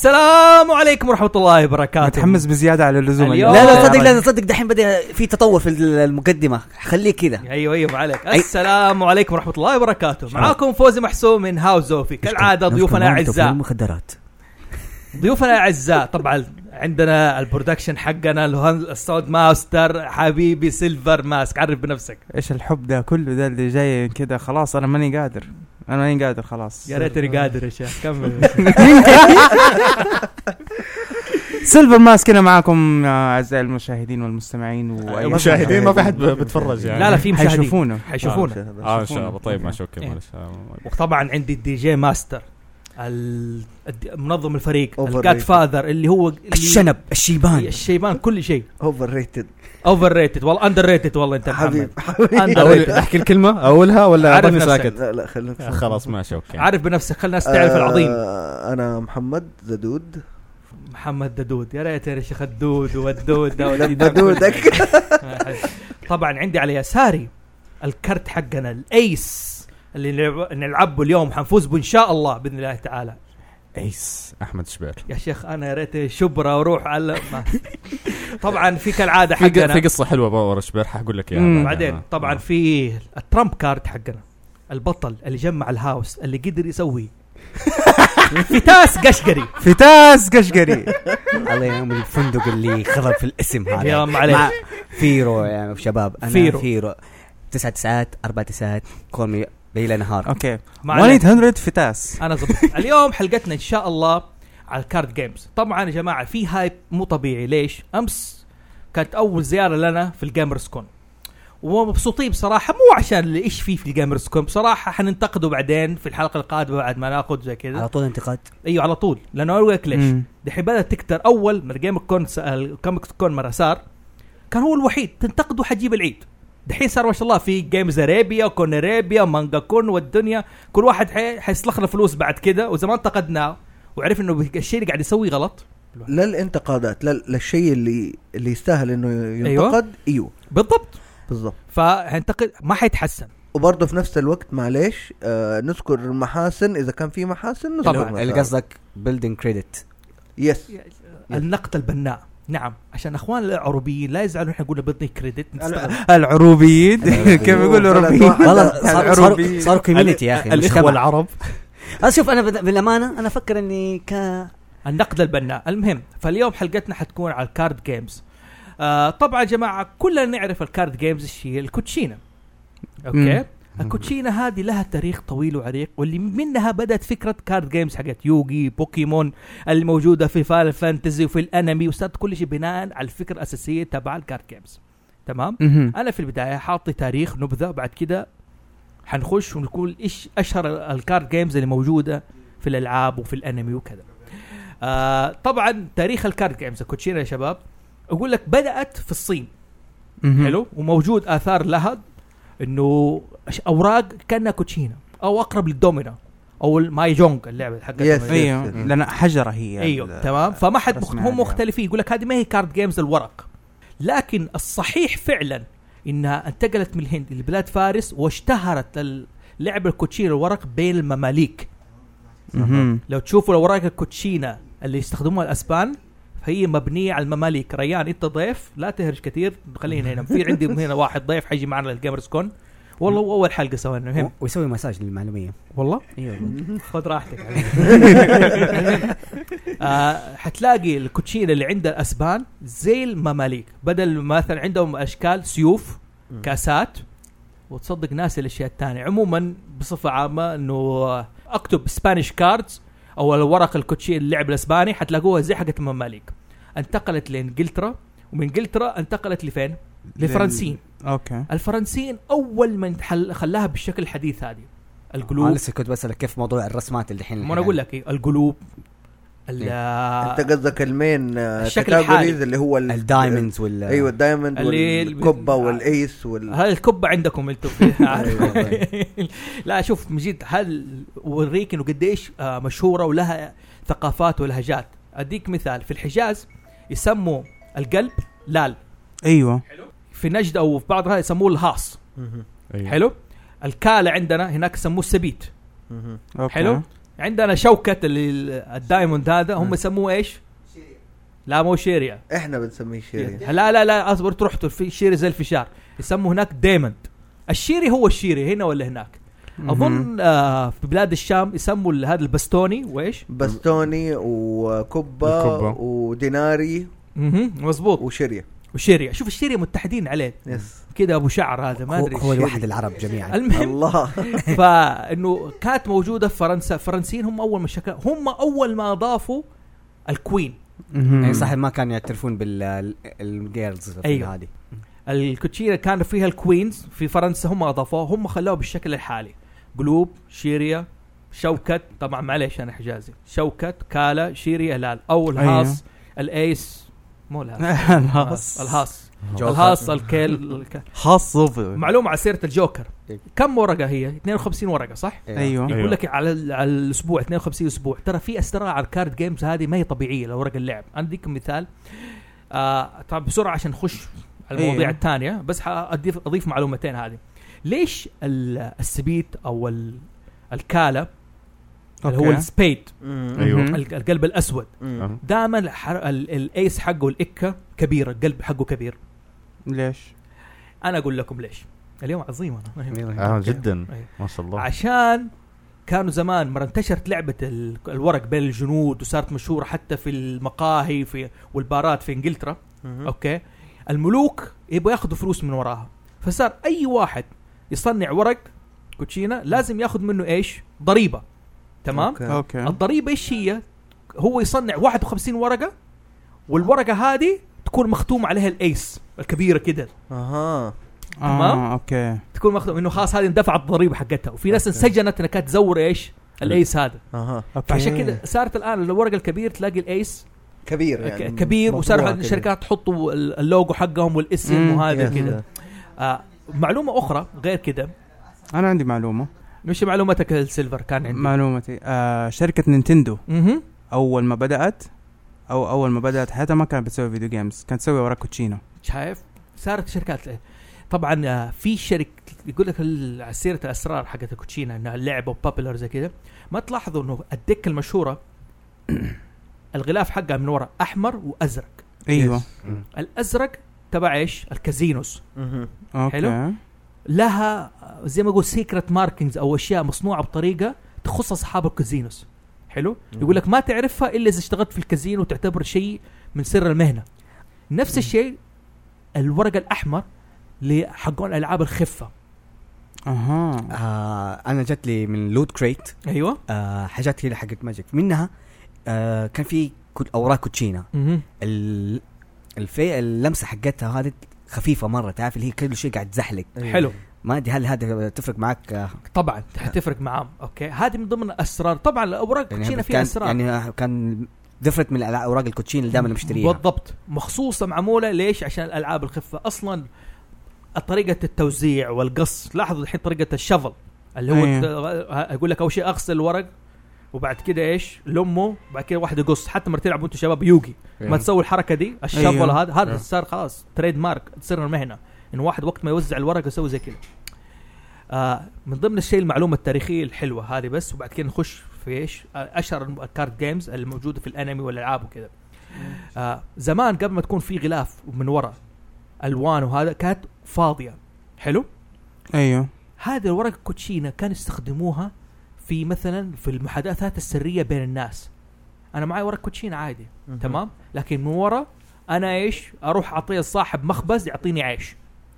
السلام عليكم ورحمة الله وبركاته. متحمس بزيادة على اللزوم. لا صدق دحين بدأ في تطور في المقدمة، خليه كذا. ايوه ما عليك. السلام عليكم ورحمة الله وبركاته. معاكم فوزي محسوم من هاوس زوفي. كالعادة ضيوفنا اعزاء، ضيوفنا اعزاء. طبعا عندنا البرودكشن حقنا الساوند ماستر حبيبي سيلفر ماسك. عرف بنفسك. ايش الحب ده كله ده اللي جاي كده؟ خلاص انا ماني قادر خلاص. يا ريتني قادر يا شيخ. كمل. سيلفر ماسك هنا معاكم اعزائي المشاهدين والمستمعين والمشاهدين. ما في حد بتفرج يعني. لا في مشاهدين حيشوفونا ان شاء الله. طيب ماشي اوكي معلش. وطبعا عندي الدي جي ماستر منظم الفريق الجاد فاذر اللي هو الشنب الشيبان كل شيء اوفر ريتد والله اندر ريتد. والله انت محمد احكي الكلمه اولها ولا عارف ساكت؟ لا خلينا خلاص ماشي اوكي. عارف بنفسك. خلنا نستعرف العظيم. انا محمد ددود. يا ريت يا شيخ الدود والدود دودك. طبعا عندي على يساري الكرت حقنا الايس اللي نلعبه اليوم حنفوز به ان شاء الله باذن الله تعالى. ايس احمد شبير. يا شيخ انا يا ريت شبرا واروح على طبعا في كالعاده حقنا في قصه حلوه ورا شبير حقول لك اياها بعدين. طبعا في الترامب كارد حقنا البطل اللي جمع الهاوس اللي قدر يسوي فتاس قشقري الله يوم الفندق اللي خرب في الاسم هذا. يا مع فيرو يا شباب. انا فيرو 9 9 4 9 كومي ليلة نهار. اوكي 100 فتاس. انا زبط. اليوم حلقتنا ان شاء الله على الكارد جيمز. طبعا يا جماعه في هايب مو طبيعي. ليش؟ امس كانت اول زياره لنا في الجيمرز كون ومبسوطين بصراحه. مو عشان اللي ايش في الجيمرز كون بصراحه، حننتقده بعدين في الحلقه القادمه بعد ما ناخذ زي كذا على طول انتقاد. ايوه على طول. لانه اقول لك ليش دحين بدات تكتر. اول ما الجيمر كون الكوميك كون مره صار كان هو الوحيد تنتقده حجيب العيد. دحين صار ما شاء الله في جيمز ارابيا وكون ارابيا مانجا كون والدنيا كل واحد حيسلخنا فلوس بعد كده. وزمان انتقدناه وعرف انه الشيء اللي قاعد يسويه غلط. لا الانتقادات لا الشيء اللي يستاهل انه ينتقد. ايوه بالضبط فهنتقد ما حيتحسن. وبرضه في نفس الوقت معليش نذكر المحاسن اذا كان في محاسن طبعا. اللي قصدك بيلدينج كريدت. يس النقد البناء. نعم عشان اخوان العروبيين لا يزعلوا احنا نقول بدنا كريدت. العروبيين كيف يقولوا عروبيين؟ والله صار كوميونتي يا اخي. الاخوه العرب. اشوف انا بالامانه انا افكر اني النقد البناء. المهم فاليوم حلقتنا حتكون على الكارد جيمز. طبعا يا جماعه كلنا نعرف الكارد جيمز الشيء الكوتشينه. اوكي الكوتشينه هذه لها تاريخ طويل وعريق واللي منها بدأت فكرة كارد جيمز حقت يوغي بوكيمون اللي موجودة في فاينل فانتزي وفي الانمي وصارت كل شيء بناء على الفكرة الأساسية تبع الكارد جيمز. تمام. أنا في البداية حاطي تاريخ نبذة بعد كده حنخش ونقول إيش أشهر الكارد جيمز اللي موجودة في الألعاب وفي الانمي وكذا. طبعا تاريخ الكارد جيمز الكوتشينه يا شباب أقول لك بدأت في الصين. حلو. وموجود آثار لها انه اوراق كانها كوتشينه او اقرب للدومينو او الماي جونج اللعبه حقتها. ايوه لان حجره هي. ايوه تمام. فما حد هم مختلفين يقول لك هذه ما هي كارد جيمز الورق. لكن الصحيح فعلا انها انتقلت من الهند لبلاد فارس واشتهرت اللعبه الكوتشينه الورق بين المماليك. لو تشوفوا الاوراق الكوتشينه اللي يستخدموها الاسبان هي مبنية على المماليك. ريان انت ضيف لا تهرج كثير. خلينا هنا في عندي هنا واحد ضيف حيجي معنا للجيمرز كون والله اول حلقة سوينا مهم ويسوي مساج للمعلومية والله. ايوه خذ راحتك. حتلاقي الكوتشينة اللي عند الاسبان زي المماليك بدل مثلا عندهم اشكال سيوف كاسات وتصدق ناس الاشياء الثانية. عموما بصفة عامة انه اكتب سبانيش كاردز او الورق الكوتشي اللعب الاسباني حتلاقوها زي حقت المماليك. انتقلت لانجلترا ومن انجلترا انتقلت لفين؟ للفرنسيين. اوكي. الفرنسيين اول من خلاها بالشكل الحديث هذه القلوب. انا لسه كنت بسألك كيف موضوع الرسمات اللي الحين. ما انا اقول لك القلوب انت قصدك المين الشكل الحالي اللي هو الدايموندز ولا ايوه الدايموند والكبه والايس هذه الكبه عندكم انتم. لا شوف مجيد هل وريك انه قديش مشهوره ولها ثقافات ولهجات. اديك مثال في الحجاز يسموا القلب لال. ايوه. في نجد او في بعضها يسموه الهاص. حلو. الكاله عندنا هناك يسموه السبيت. حلو. عندنا شوكة الدايموند هذا هم يسموه ايش؟ لا مو شيريا، احنا بنسميه شيريا. لا اصبر تروحوا في شيري زي الفشار يسموه هناك دايموند. الشيري هو الشيري هنا ولا هناك؟ اظن في بلاد الشام يسموا هذا البستوني وايش؟ بستوني وكبة وديناري. مظبوط. وشيريا شوف الشيريا متحدين عليه كده ابو شعر هذا ما ادري هو الواحد العرب جميعا. المهم الله فانه كانت موجوده في فرنسا. الفرنسيين هم اول ما هم اول ما اضافوا الكوين. يعني صح ما كانوا يعترفون بالجيرلز أيوة. هذه الكوتشينه كان فيها الكوينز في فرنسا هم اضافوها هم خلوها بالشكل الحالي قلوب شيريا شوكت طبعا معليش انا حجازي شوكت كالا شيريا هلال او الهاص الايس مو الهاص الكيل خاص صوفي. معلومه على سيره الجوكر كم ورقه هي 52 ورقه صح. ايوه يقول لك على الاسبوع 52 اسبوع. ترى في اسرار على الكارد جيمز هذه ما هي طبيعيه لورق اللعب. اديك مثال طبعا بسرعه عشان نخش على المواضيع الثانيه بس اضيف معلومتين هذه. ليش السبيت او الكالا اللي هو السبيد ايوه القلب الاسود دائما الايس حقه الإكة كبيره القلب حقه كبير. ليش؟ انا اقول لكم ليش. اليوم عظيم انا جدا ما شاء الله. عشان كانوا زمان مرة انتشرت لعبة الورق بين الجنود وصارت مشهورة حتى في المقاهي والبارات في انجلترا. اوكي الملوك يبغوا ياخذوا فلوس من وراها فصار اي واحد يصنع ورق كوتشينة لازم ياخذ منه ايش؟ ضريبة. تمام. أوكي. الضريبة ايش هي؟ هو يصنع 51 ورقة والورقة هذه تكون مختوم عليها الايس الكبيرة كده. تمام. اوكي تكون مختوم انه خلاص هذه اندفعت الضريبة حقتها. وفي ناس انسجنت انها كانت تزور ايش؟ الايس هذا. فعشان كده صارت الان الورقة الكبير تلاقي الايس كبير يعني كبير وصاروا الشركات تحطوا اللوجو حقهم والاسم وهذا كده. معلومة اخرى غير كده انا عندي معلومة. مش معلومتك السيلفر كان عندي معلومتي شركة نينتندو اول ما بدأت حتى ما كانت بتسوي فيديو جيمز كانت تسوي ورق كوتشينو. شايف صارت شركات طبعا في شركة يقول لك سيرة الاسرار حقت الكوتشينو انها اللعبة وبابلر زي كده. ما تلاحظوا انه الدكة المشهورة الغلاف حقها من وراء احمر وازرق. ايوه الازرق تبع ايش؟ الكازينوس. حلو لها زي ما اقول سيكرت ماركينجز او اشياء مصنوعه بطريقه تخص اصحاب الكازينوس. حلو يقول لك ما تعرفها الا اذا اشتغلت في الكازينو وتعتبر شيء من سر المهنه. نفس الشيء الورق الاحمر لحقون العاب الخفه. انا جت لي من لود كريت. ايوه حاجات كده حقت ماجيك منها. كان في اوراق كوتشينا اللمسه حقتها هذه خفيفه مره تعرف اللي هي كل شيء قاعد تزحلق. حلو ما ادري هل هذا تفرق معك؟ طبعا حتفرق معهم. اوكي هذه من ضمن الاسرار. طبعا الاوراق يعني كوتشينه فيها اسرار يعني كان ديفرنت من اوراق الكوتشين اللي دائما نشتريها. بالضبط مخصوصه معموله ليش؟ عشان الالعاب الخفه. اصلا طريقه التوزيع والقص لاحظوا الحين طريقه الشفل اللي هو يقول لك اول شيء اغسل الورق وبعد كده ايش لمه بعد كده واحد يقص. حتى مرة تلعبوا انتوا شباب يوغي ما تسوي الحركه دي الشفل هذا صار خلاص تريد مارك تصير المهنه انه واحد وقت ما يوزع الورق يسوي زي كده. من ضمن الشيء المعلومه التاريخيه الحلوه هذه بس وبعد كده نخش في ايش اشهر الكارد جيمز الموجوده في الانمي والالعاب وكده. زمان قبل ما تكون في غلاف من وراء الوان وهذا كانت فاضيه. حلو ايوه هذه الورق كوتشينه كانوا يستخدموها في مثلا في المحادثات السريه بين الناس. انا معي ورق كوتشينه عادي تمام لكن من ورا انا ايش اروح اعطيه الصاحب مخبز يعطيني عيش.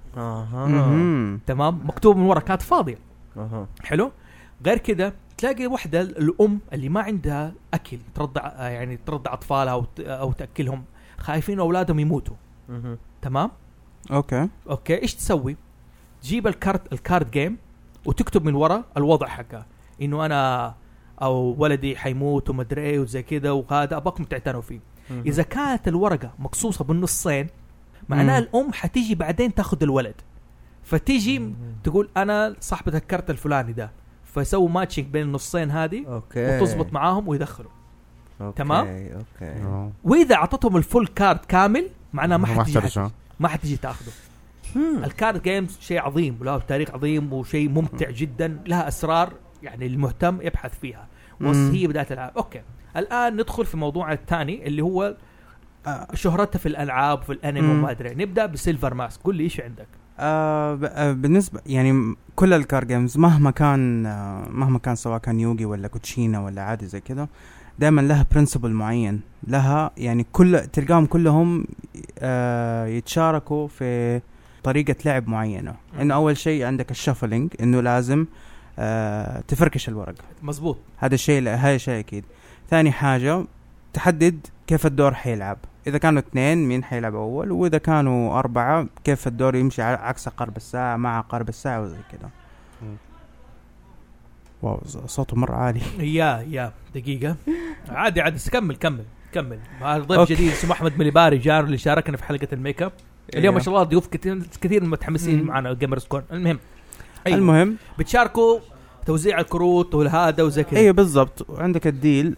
تمام مكتوب من ورا كانت فاضيه. حلو غير كده تلاقي وحده الام اللي ما عندها اكل ترضع يعني ترضع اطفالها او تاكلهم خايفين اولادهم يموتوا. تمام اوكي ايش تسوي؟ تجيب الكارد جيم وتكتب من ورا الوضع حقها انه انا او ولدي حيموت ومدري ايه وزي كده وهذا اباكم تعتنوا فيه. اذا كانت الورقه مقصوصه بالنصين معناها الام حتيجي بعدين تاخذ الولد فتيجي تقول انا صاحبه الكارت الفلاني ده فيسووا ماتشنج بين النصين هذه وتضبط معاهم ويدخلوا. تمام واذا اعطتهم الفول كارد كامل معناها ما حتيجي تاخذه. الكارد جيمز شيء عظيم وله تاريخ عظيم وشيء ممتع جدا لها اسرار يعني المهتم يبحث فيها. هي بدايه الالعاب. اوكي الان ندخل في موضوع الثاني اللي هو شهرتها في الالعاب في الانمي وما ادري. نبدا بسيلفر ماسك. قول لي ايش عندك. بالنسبه يعني كل الكار جيمز مهما كان سواء كان يوغي ولا كوتشينا ولا عادي زي كده دائما لها برنسبل معين لها، يعني تلقاهم كلهم يتشاركوا في طريقة لعب معينة. إنه أول شيء عندك الشافلينج، إنه لازم تفركش الورق. مزبوط. هذا شيء أكيد. ثاني حاجة تحدد كيف الدور حيلعب. إذا كانوا 2 مين حيلعب أول، وإذا كانوا 4 كيف الدور يمشي عكس قرب الساعة مع قرب الساعة وزي كده. واو صوته مرة عالي. يا دقيقة. عادي كمل. ضيف جديد اسمه أحمد مليباري جار اللي شاركنا في حلقة الميك اب اليوم. ما شاء الله ضيوف كثير متحمسين معنا جيمرز كون. المهم بتشاركوا توزيع الكروت وهذا وزي كذا. ايوه بالضبط. وعندك الديل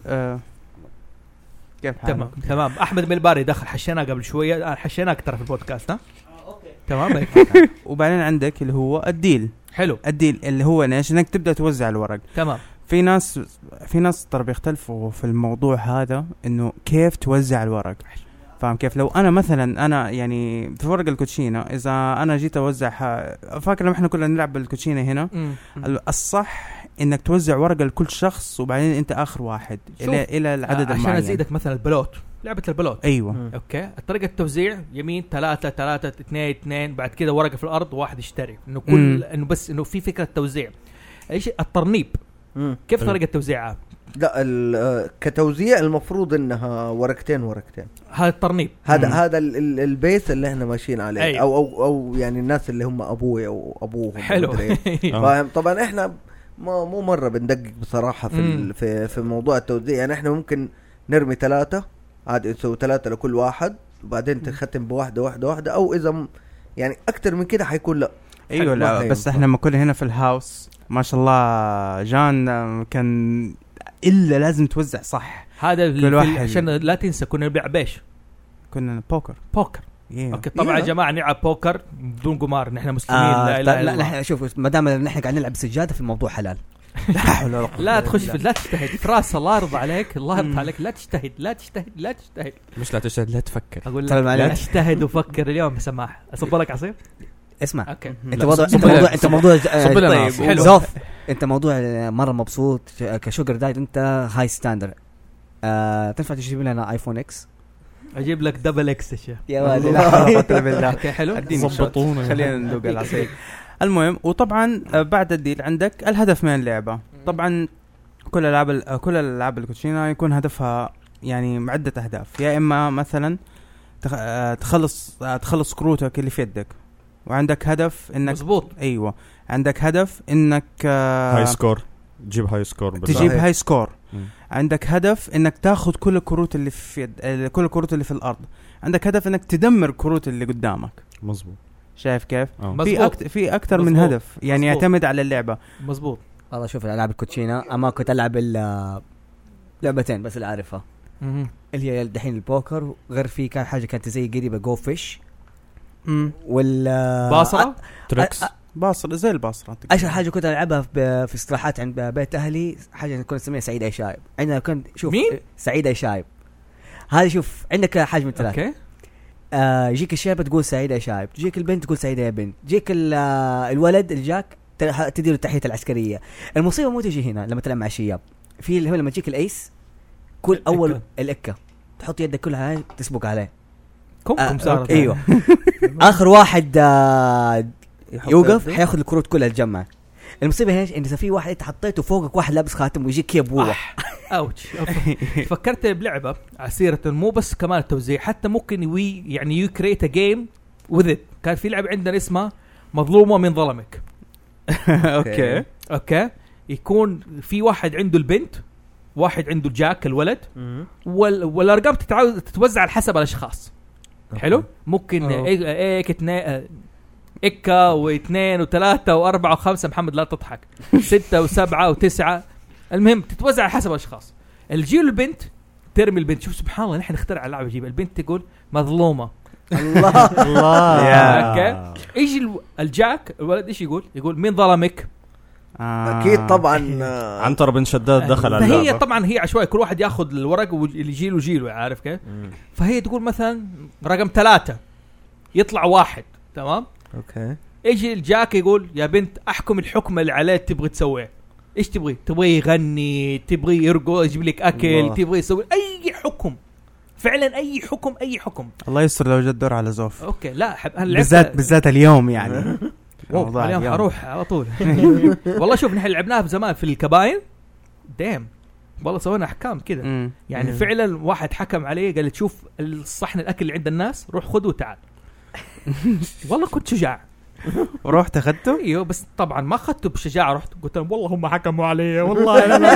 كيف حالك؟ تمام. احمد ملباري دخل حشيناه قبل شويه، حشيناه اكثر في البودكاست. اوكي تمام. وبعدين عندك اللي هو الديل. حلو. الديل اللي هو ايش؟ انك تبدا توزع الورق. تمام. في ناس ترى بيختلفوا في الموضوع هذا، انه كيف توزع الورق. فاهم كيف؟ لو انا مثلا يعني في ورق الكوتشينه، اذا انا جيت اوزع فاكر لما احنا كنا نلعب بالكوتشينه هنا الصح انك توزع ورقه لكل شخص وبعدين انت اخر واحد الى العدد المعين. عشان ازيدك مثلا البلوت، لعبه البلوت. ايوه. اوكي طريقه التوزيع يمين 3 2 بعد كده ورقه في الارض واحد يشتري. انه كل انه بس انه في فكره توزيع. ايش الترنيب؟ كيف طريقه توزيعها؟ لا كتوزيع المفروض انها ورقتين. هذا الترنيب. هذا البيس اللي احنا ماشيين عليه. أيوه. او يعني الناس اللي هم ابوي او ابوهم. حلو. فاهم. طبعا احنا مو مره بندقق بصراحه في موضوع التوزيع. يعني احنا ممكن نرمي 3 عادي، نسوي 3 لكل واحد وبعدين تختم بواحده واحده، او اذا يعني اكتر من كده حيكون لا. ايوه لا بس احنا لما كنا هنا في الهاوس ما شاء الله جان كان إلا لازم توزع صح. هذا عشان لا تنسى كنا نلعب ايش؟ كنا بوكر. اوكي طبعا يا جماعه نلعب بوكر بدون قمار. نحن مسلمين. لا شوف ما دام نحن قاعدين نلعب سجاده في الموضوع حلال. لا تخش لا تجتهد في راس. الله يرضى عليك. لا تجتهد. مش لا تجتهد، لا تفكر. اقول لك لا تجتهد وفكر اليوم بسماح. اصب لك عصير. اسمع اوكي. انت موضوع طيب زوف. انت موضوع مره مبسوط كشوجر دايت. انت هاي ستاندر. تنفع تجيب لنا ايفون اكس؟ اجيب لك دبل اكس يا شيخ. يا ولد لا بالله. اوكي حلو. ضبطونا خلينا ندوق العصير. المهم وطبعا بعد الديل عندك الهدف من اللعبه. طبعا كل الالعاب الكوتشينه يكون هدفها يعني عده اهداف. يا اما مثلا تخلص كروتك اللي في يدك، وعندك هدف انك مزبوط. ايوه عندك هدف انك هاي سكور. تجيب هاي سكور. عندك هدف انك تاخذ كل الكروت اللي في كل الكروت اللي في الارض. عندك هدف انك تدمر الكروت اللي قدامك. مزبوط. شايف كيف؟ في اكثر مزبوط. من هدف يعني يعتمد على اللعبه. مزبوط. والله شوف الالعاب الكوتشينه اما كنت العب لعبتين بس اللي عارفها اللي هي دحين البوكر. غير في كان حاجه كانت زي قريبه جو فيش باصرة تريكس. باصرة زي الباصرة. اشهر حاجه كنت العبها في استراحات عند بيت اهلي، حاجه كنا نسميها سعيد اي شايب. عندنا كنت شوف مين؟ سعيد اي شايب. هذه شوف عندك حاجه من 3. اوكي. يجيك الشاب تقول سعيد يا شايب، تجيك البنت تقول سعيد يا بنت، تجيك الولد الجاك تدير التحية العسكرية. المصيبة مو تجي هنا لما تلعب مع الشياب. في اللي هو لما تجيك الايس كل اول الإكة تحط يدك كلها عليه تسبق عليه. كم صارت. ايوه. اخر واحد يوقف حياخذ الكروت كلها تجمع. المصيبة هيش ان اذا في واحد انت حطيته فوقك واحد لابس خاتم ويجيك يبوح. اوتش. فكرت بلعبة عسيرة مو بس كمان التوزيع، حتى ممكن يعني يو كريت ا جيم وذ ات. كان في لعبة عندنا اسمها مظلومة من ظلمك. اوكي يكون في واحد عنده البنت، واحد عنده الجاك الولد، والارقام تتوزع على حسب الاشخاص. حلو. ممكن إكا واثنين وثلاثة وأربعة وخمسة. محمد لا تضحك. 6 و7 و9. المهم تتوزع على حسب الأشخاص. الجيل البنت ترمي البنت. شوف سبحان الله نحن نخترع اللعبة. يجيب البنت تقول مظلومة. الله. اوكي. ايش الجاك الولد ايش يقول؟ يقول مين ظلمك؟ اكيد طبعا. عنتر بن شداد دخل على فهي اللعبة. طبعا هي عشوائي، كل واحد ياخذ الورق واللي يجيله جيله، عارف كيف. فهي تقول مثلا رقم 3 يطلع 1، تمام. اوكي. يجي الجاك يقول يا بنت احكم الحكم اللي عليه تبغي تسويه. ايش تبغي؟ تبغي يغني، تبغي يرقص، يجيب لك اكل، الله. تبغي يسوي اي حكم، فعلا اي حكم، اي حكم. الله يستر لو جد دور على زوف. اوكي لا بالذات اليوم يعني. موضوع اليوم اروح على طول. والله شوف نحن لعبناها بزمان في الكباين، دام والله سوينا احكام كذا يعني. فعلا واحد حكم عليه قال لي تشوف الصحن الاكل اللي عند الناس روح خذه وتعال. والله كنت شجاع ورحت اخذته. ايوه بس طبعا ما اخذته بشجاعه، رحت قلت لهم والله هم حكموا علي والله انا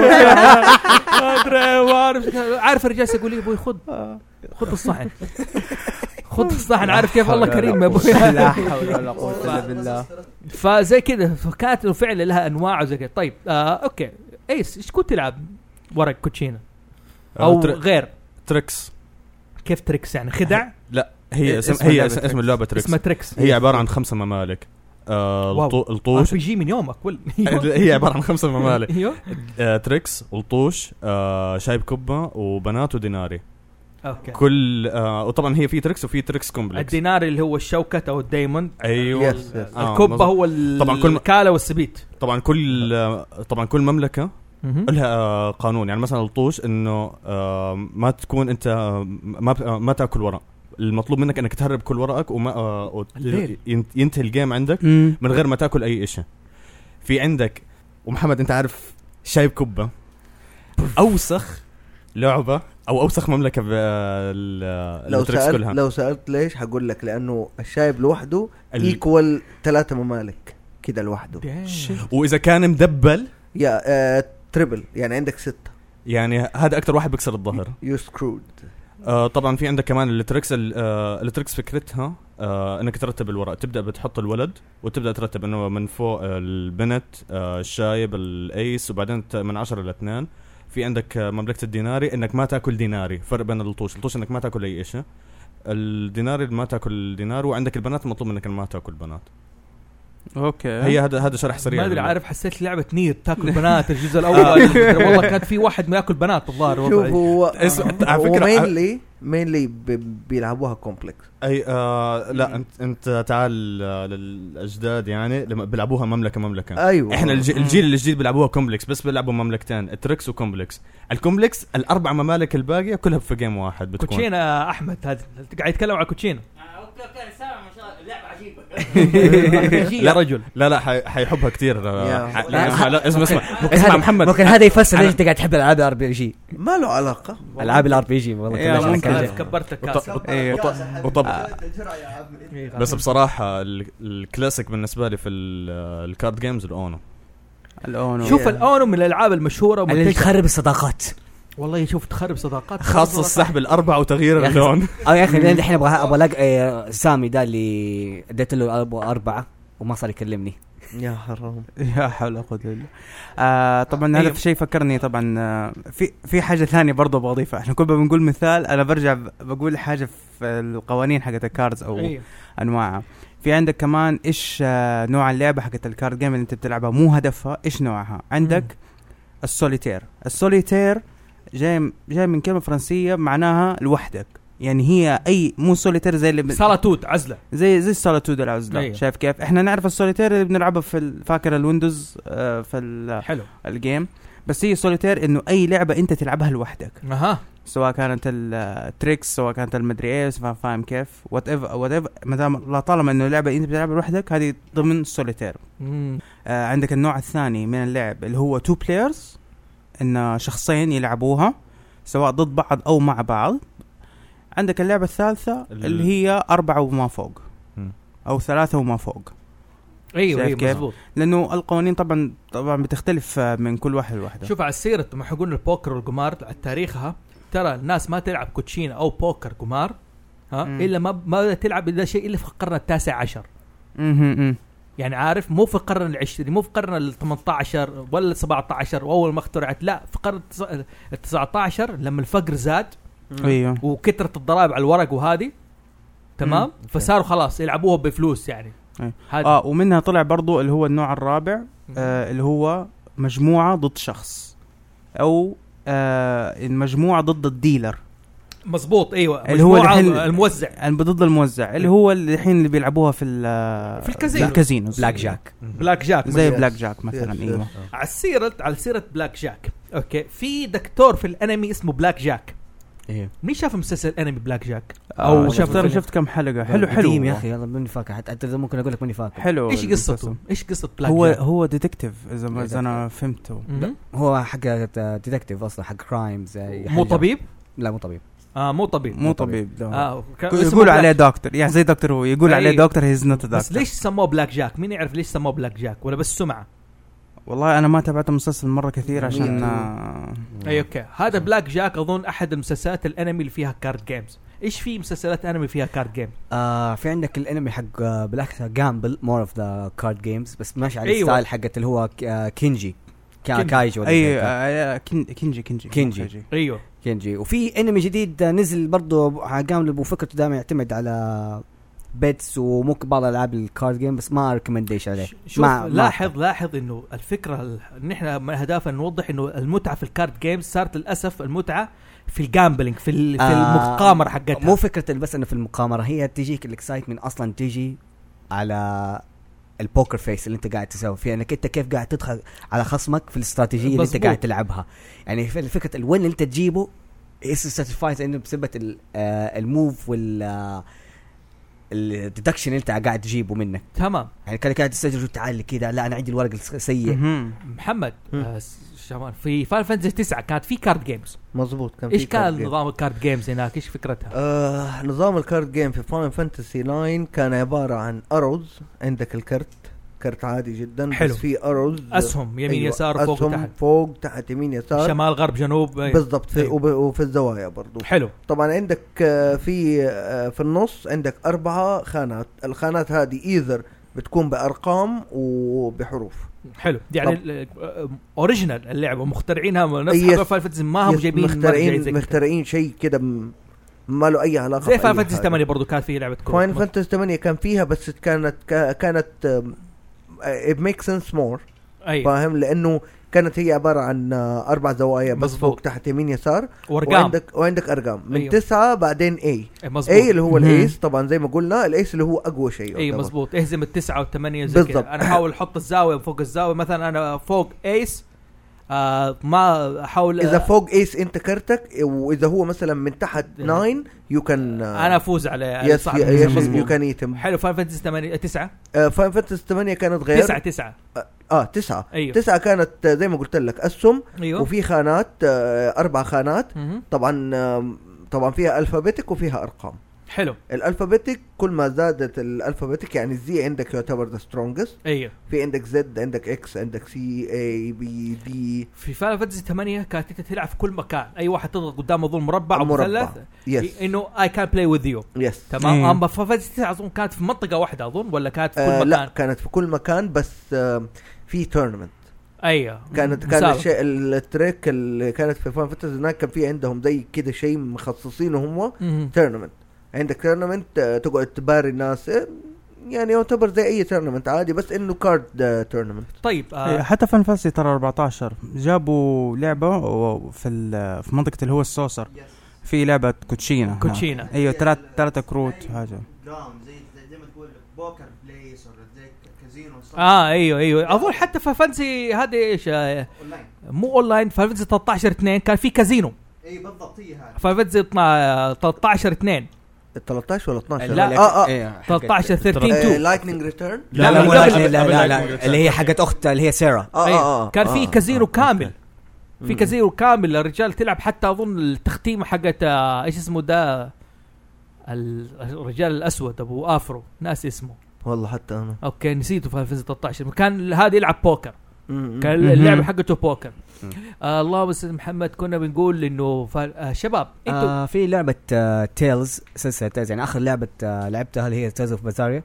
ادري. عارف الرجال يقول لي ابوي خذ الصحن، خذ الصحن، عارف كيف الله كريم يا ابوي. لا حول ولا قوه الا بالله. فزي كذا فكانت فعلا لها انواع وزي كذا. طيب اوكي ايش كنت تلعب ورق كوتشينه او غير تريكس؟ كيف تريكس يعني خدع؟ لا هي اسم اللعبه تريكس. اسمها تريكس. هي عباره عن 5 ممالك. الطوش RPG من يومك هي عباره عن 5 ممالك. ايوه تريكس والطوش، شايب كبه وبنات وديناري. اوكي. كل وطبعا هي في تريكس وفي تريكس كومبلكس. الديناري اللي هو الشوكة او الدايموند. ايوه. الكبه هو طبعا كل الكاله والسبيت. طبعا كل مملكه لها قانون. يعني مثلا الطوش انه ما تكون انت ما تاكل ورق. المطلوب منك انك تهرب كل ورقك وما ينتهي الجيم عندك من غير ما تاكل اي شيء. في عندك ومحمد انت عارف شايب كبه اوسخ لعبه او اوسخ مملكه لو سألت ليش حقول لك لانه الشايب لوحده ايكوال 3 ممالك كده لوحده. واذا كان مدبل يا تريبل يعني عندك 6. يعني هذا اكتر واحد بيكسر الظهر. يو سكرود. طبعا في عندك كمان التريكس فكرتها انك ترتب الورق. تبدا بتحط الولد وتبدا ترتب انه من فوق البنت، الشايب، الايس، وبعدين من 10 ل 2. في عندك مملكه الديناري انك ما تاكل ديناري. فرق بين الطوش انك ما تاكل اي شيء، الديناري ما تاكل دينار، وعندك البنات المطلوب منك ما تاكل بنات. اوكي. هي هذا شرح سريع. ما ادري عارف حسيت لعبه نير تاكل بنات الجزء الاول. والله كانت في واحد ما ياكل بنات الظاهر. هو على فكره مينلي بيلعبوها كومبلكس. اي لا انت تعال للاجداد يعني لما بيلعبوها مملكه. ايوه احنا الجيل الجديد بيلعبوها كومبلكس، بس بيلعبوا مملكتين، التريكس وكومبلكس. الكومبلكس ال4 ممالك الباقيه كلها في جيم واحد بتكون. كوتشينا احمد هذا قاعد يتكلم على كوتشينا. اوكي سامع ما شاء الله اللعبه عجيبه. لا رجل لا حيحبها كثير. اسمع محمد، ممكن هذا يفسر ليش انت قاعد تحب العاب الار بي جي. ما له علاقه العاب الار بي جي والله كبرت الكاس. وطبعا بس بصراحه الكلاسيك بالنسبه لي في الكارد جيمز الاونو. شوف الاونو من الالعاب المشهوره اللي تخرب الصداقات. والله شوف تخرب صداقات، خاصة السحب الأربعة وتغيير اللون. يا أخي الحين أبغى ألاقي سامي ده اللي اديت له 4 وما صار يكلمني. يا حرام يا حول ولا قوة إلا بالله. طبعا هذا شيء فكرني طبعا في حاجة ثانية برضو بضيفها. احنا كل ما بنقول مثال أنا برجع بقول حاجة في القوانين حقت الكاردز أو أنواعها. في عندك كمان إيش نوع اللعبة حقت الكارد جيم اللي أنت بتلعبها، مو هدفها إيش نوعها. عندك السوليتير جاي من كلمة فرنسية معناها لوحدك. يعني هي اي مو سوليتير زي اللي سولاتود عزلة، زي السولاتود العزلة. أيه. شايف كيف احنا نعرف السوليتير اللي بنلعبها في فاكر الويندوز حلو الجيم. بس هي سوليتير انه اي لعبة انت تلعبها لوحدك. سواء كانت التريكس سواء كانت المدري ايه فاهم كيف وات ايفر ما دام لا طالما انه لعبة انت بتلعبها لوحدك هذه ضمن سوليتير. عندك النوع الثاني من اللعب اللي هو 2 players ان شخصين يلعبوها سواء ضد بعض او مع بعض. عندك اللعبة الثالثة اللي هي 4 وما فوق او 3 وما فوق. ايوه مظبوط، لانه القوانين طبعا بتختلف من كل واحد لوحده. شوف على السيرة ما حقولنا البوكر والقمار على تاريخها، ترى الناس ما تلعب كوتشينة او بوكر قمار الا ما تلعب الا شيء الا في القرن 19. يعني عارف مو في القرن 20 مو في القرن 18 ولا 17 واول ما اخترعت، لا في القرن 19 لما الفقر زاد ايوه وكثرت الضرائب على الورق وهذه تمام فصاروا خلاص يلعبوها بفلوس يعني. ومنها طلع برضو اللي هو النوع الرابع اللي هو مجموعة ضد شخص، أو المجموعة ضد الديلر. مظبوط ايوه، اللي هو الموزع، ضد الموزع اللي هو الحين اللي بيلعبوها في الكازينو بلاك جاك. بلاك جاك زي بلاك جاك مثلا. ايوه على سيرة بلاك جاك، اوكي في دكتور في الانمي اسمه بلاك جاك. ايه مين شاف مسلسل الانمي بلاك جاك؟ او شفت كم حلقة. حلو يا اخي، يلا ماني فاكر حتى ممكن اقول لك ماني فاكر. حلو. ايش قصته بلاك جاك؟ هو ديتكتيف اذا انا فهمته. هو حق ديتكتيف اصلا، حق كرايم زي مو طبيب. لا مو طبيب. مو طبيب. يقول عليه دكتور، يعني زي دكتور. هو يقول عليه دكتور، هيز نوت دكتور. بس ليش سموه بلاك جاك؟ مين يعرف ليش سموه بلاك جاك؟ ولا بس سمعة؟ والله انا ما تابعت المسلسل مره كثير عشان اي اوكي. هذا بلاك جاك اظن احد المسلسلات الانمي اللي فيها كارد جيمز. ايش في مسلسلات انمي فيها كارد جيم؟ في عندك الانمي حق بلاك جامبل، مور اوف ذا كارد جيمز، بس ماشي على أيوة. الستايل حقت اللي هو كينجي كايجي ولا كينجي. ايوه كينجي. وفي انمي جديد نزل برضو جامبل، وفكرته دائما يعتمد على بيتس وممكن بعض العاب الكارد جيم، بس ما ريكومنديش عليه. شوف لاحظ انه الفكره ان احنا هدفنا نوضح انه المتعه في الكارد جيمز صارت للاسف المتعه في الجامبلينج، في المقامره حقتها. مو فكره بس انه في المقامره، هي تجيك الاكسايتمنت اصلا تيجي على البوكر فيس اللي انت قاعد تسوي فيه، انك انت كيف قاعد تدخل على خصمك في الاستراتيجيه اللي انت قاعد تلعبها. يعني فكره الوين اللي انت تجيبه is satisfied انه بسبب الموف وال الديدكشن اللي انت قاعد تجيبه منك. تمام. يعني كان قاعد تستجر تعال كذا، لا انا عندي الورق السيء. محمد شمان في فاينل فانتسي 9 كانت في كارد جيمز. مظبوط. كان ايش كان نظام الكارد جيمز هناك؟ ايش فكرتها؟ نظام الكارد جيم في فاينل فانتسي 9 كان عباره عن اروز. عندك كرت عادي جدا، حلو. بس في اروز، اسهم يمين يسار، فوق تحت، فوق تحت يمين يسار، شمال غرب جنوب. بالضبط. وفي الزوايا برضو. حلو. طبعا عندك في النص عندك 4 خانات. الخانات هذه ايذر بتكون بارقام وبحروف. حلو. يعني اوريجينال اللعبه مخترعينها نفس حق فاينل فانتسي، ما هم جايبين مخترعين شيء كده ما له اي علاقه. زي فاينل فانتسي 8 برضو كان فيه لعبه كوره. فاينل فانتسي 8 كان فيها، بس كانت it makes sense more. أيوة. فاهم؟ لانه كانت هي عباره عن 4 زوايا بس، فوق تحت يمين يسار، وعندك ارقام من أيوة. 9 بعدين A اللي هو الايس. طبعا زي ما قلنا الايس اللي هو اقوى شيء. اي مزبوط. اهزم 9 و8 زي كذا. انا احاول احط الزاويه فوق الزاويه. مثلا انا فوق ايس، ما احاول اذا فوق ايس انت كرتك، واذا هو مثلا من تحت 9 يمكن انا افوز عليه. يس يمكن يتم. حلو. فاينل فانتسي 8 9 فاينل فانتسي 8 كانت غير 9 9 أيوه. 9 كانت زي ما قلت لك اسهم. أيوه. وفي خانات 4 خانات. طبعا فيها الفابيتك وفيها ارقام. حلو. الالفابيتك كل ما زادت الالفابيتك، يعني الزي عندك يعتبر ذا سترونجست. ايوه. في عندك زد، عندك اكس، عندك سي، اي، بي، دي. في فاينل فانتسي 8 كانت انت تلعب في كل مكان، اي واحد تضغط قدامه ظل مربع او مثلث انه اي كان بلاي وذ يو. تمام. اما فاينل فانتسي 9 اظن كانت في منطقه واحده اظن، ولا كانت في كل مكان؟ لا كانت في كل مكان، بس في تورنمنت. ايوه. كان الشيء التريك اللي كانت في فاينل فانتسي هناك، كان في عندهم زي كده شيء مخصصينه هم تورنمنت. عندك تورنمنت تقعد تباري الناس، يعني يعتبر زي اي تورنمنت عادي، بس انه كارد تورنمنت. طيب حتى فان فانتسي ترى 14 جابوا لعبه في منطقه اللي هو السوسر، في لعبه كوتشينا. ايوه 3 كروت حاجه زي ما تقول بوكر بلايس ولا زي كازينو. ايوه اظن حتى في فانتسي هذه ايش مو اونلاين. فانتسي 13 2 كان في كازينو. اي بالضبط. هي هذه فانتسي 13 2 13 ولا 12؟ لا 13 13 لايتنينج ريتيرن. لا اللي هي حقت اخت اللي هي سيرا. كان في كازينو كامل. في كازينو كامل الرجال تلعب. حتى اظن التختيمه حقت ايش اسمه ده الرجال الاسود ابو افرو، ناس اسمه والله حتى انا اوكي نسيته. في فانتسي 13 كان هذا يلعب بوكر. كان اللعبه حقته بوكر. الله بس محمد كنا بنقول انه شباب انتوا في لعبه تيلز، سلسله تيلز، يعني اخر لعبه لعبتها اللي هي تيلز اوف بازاريا.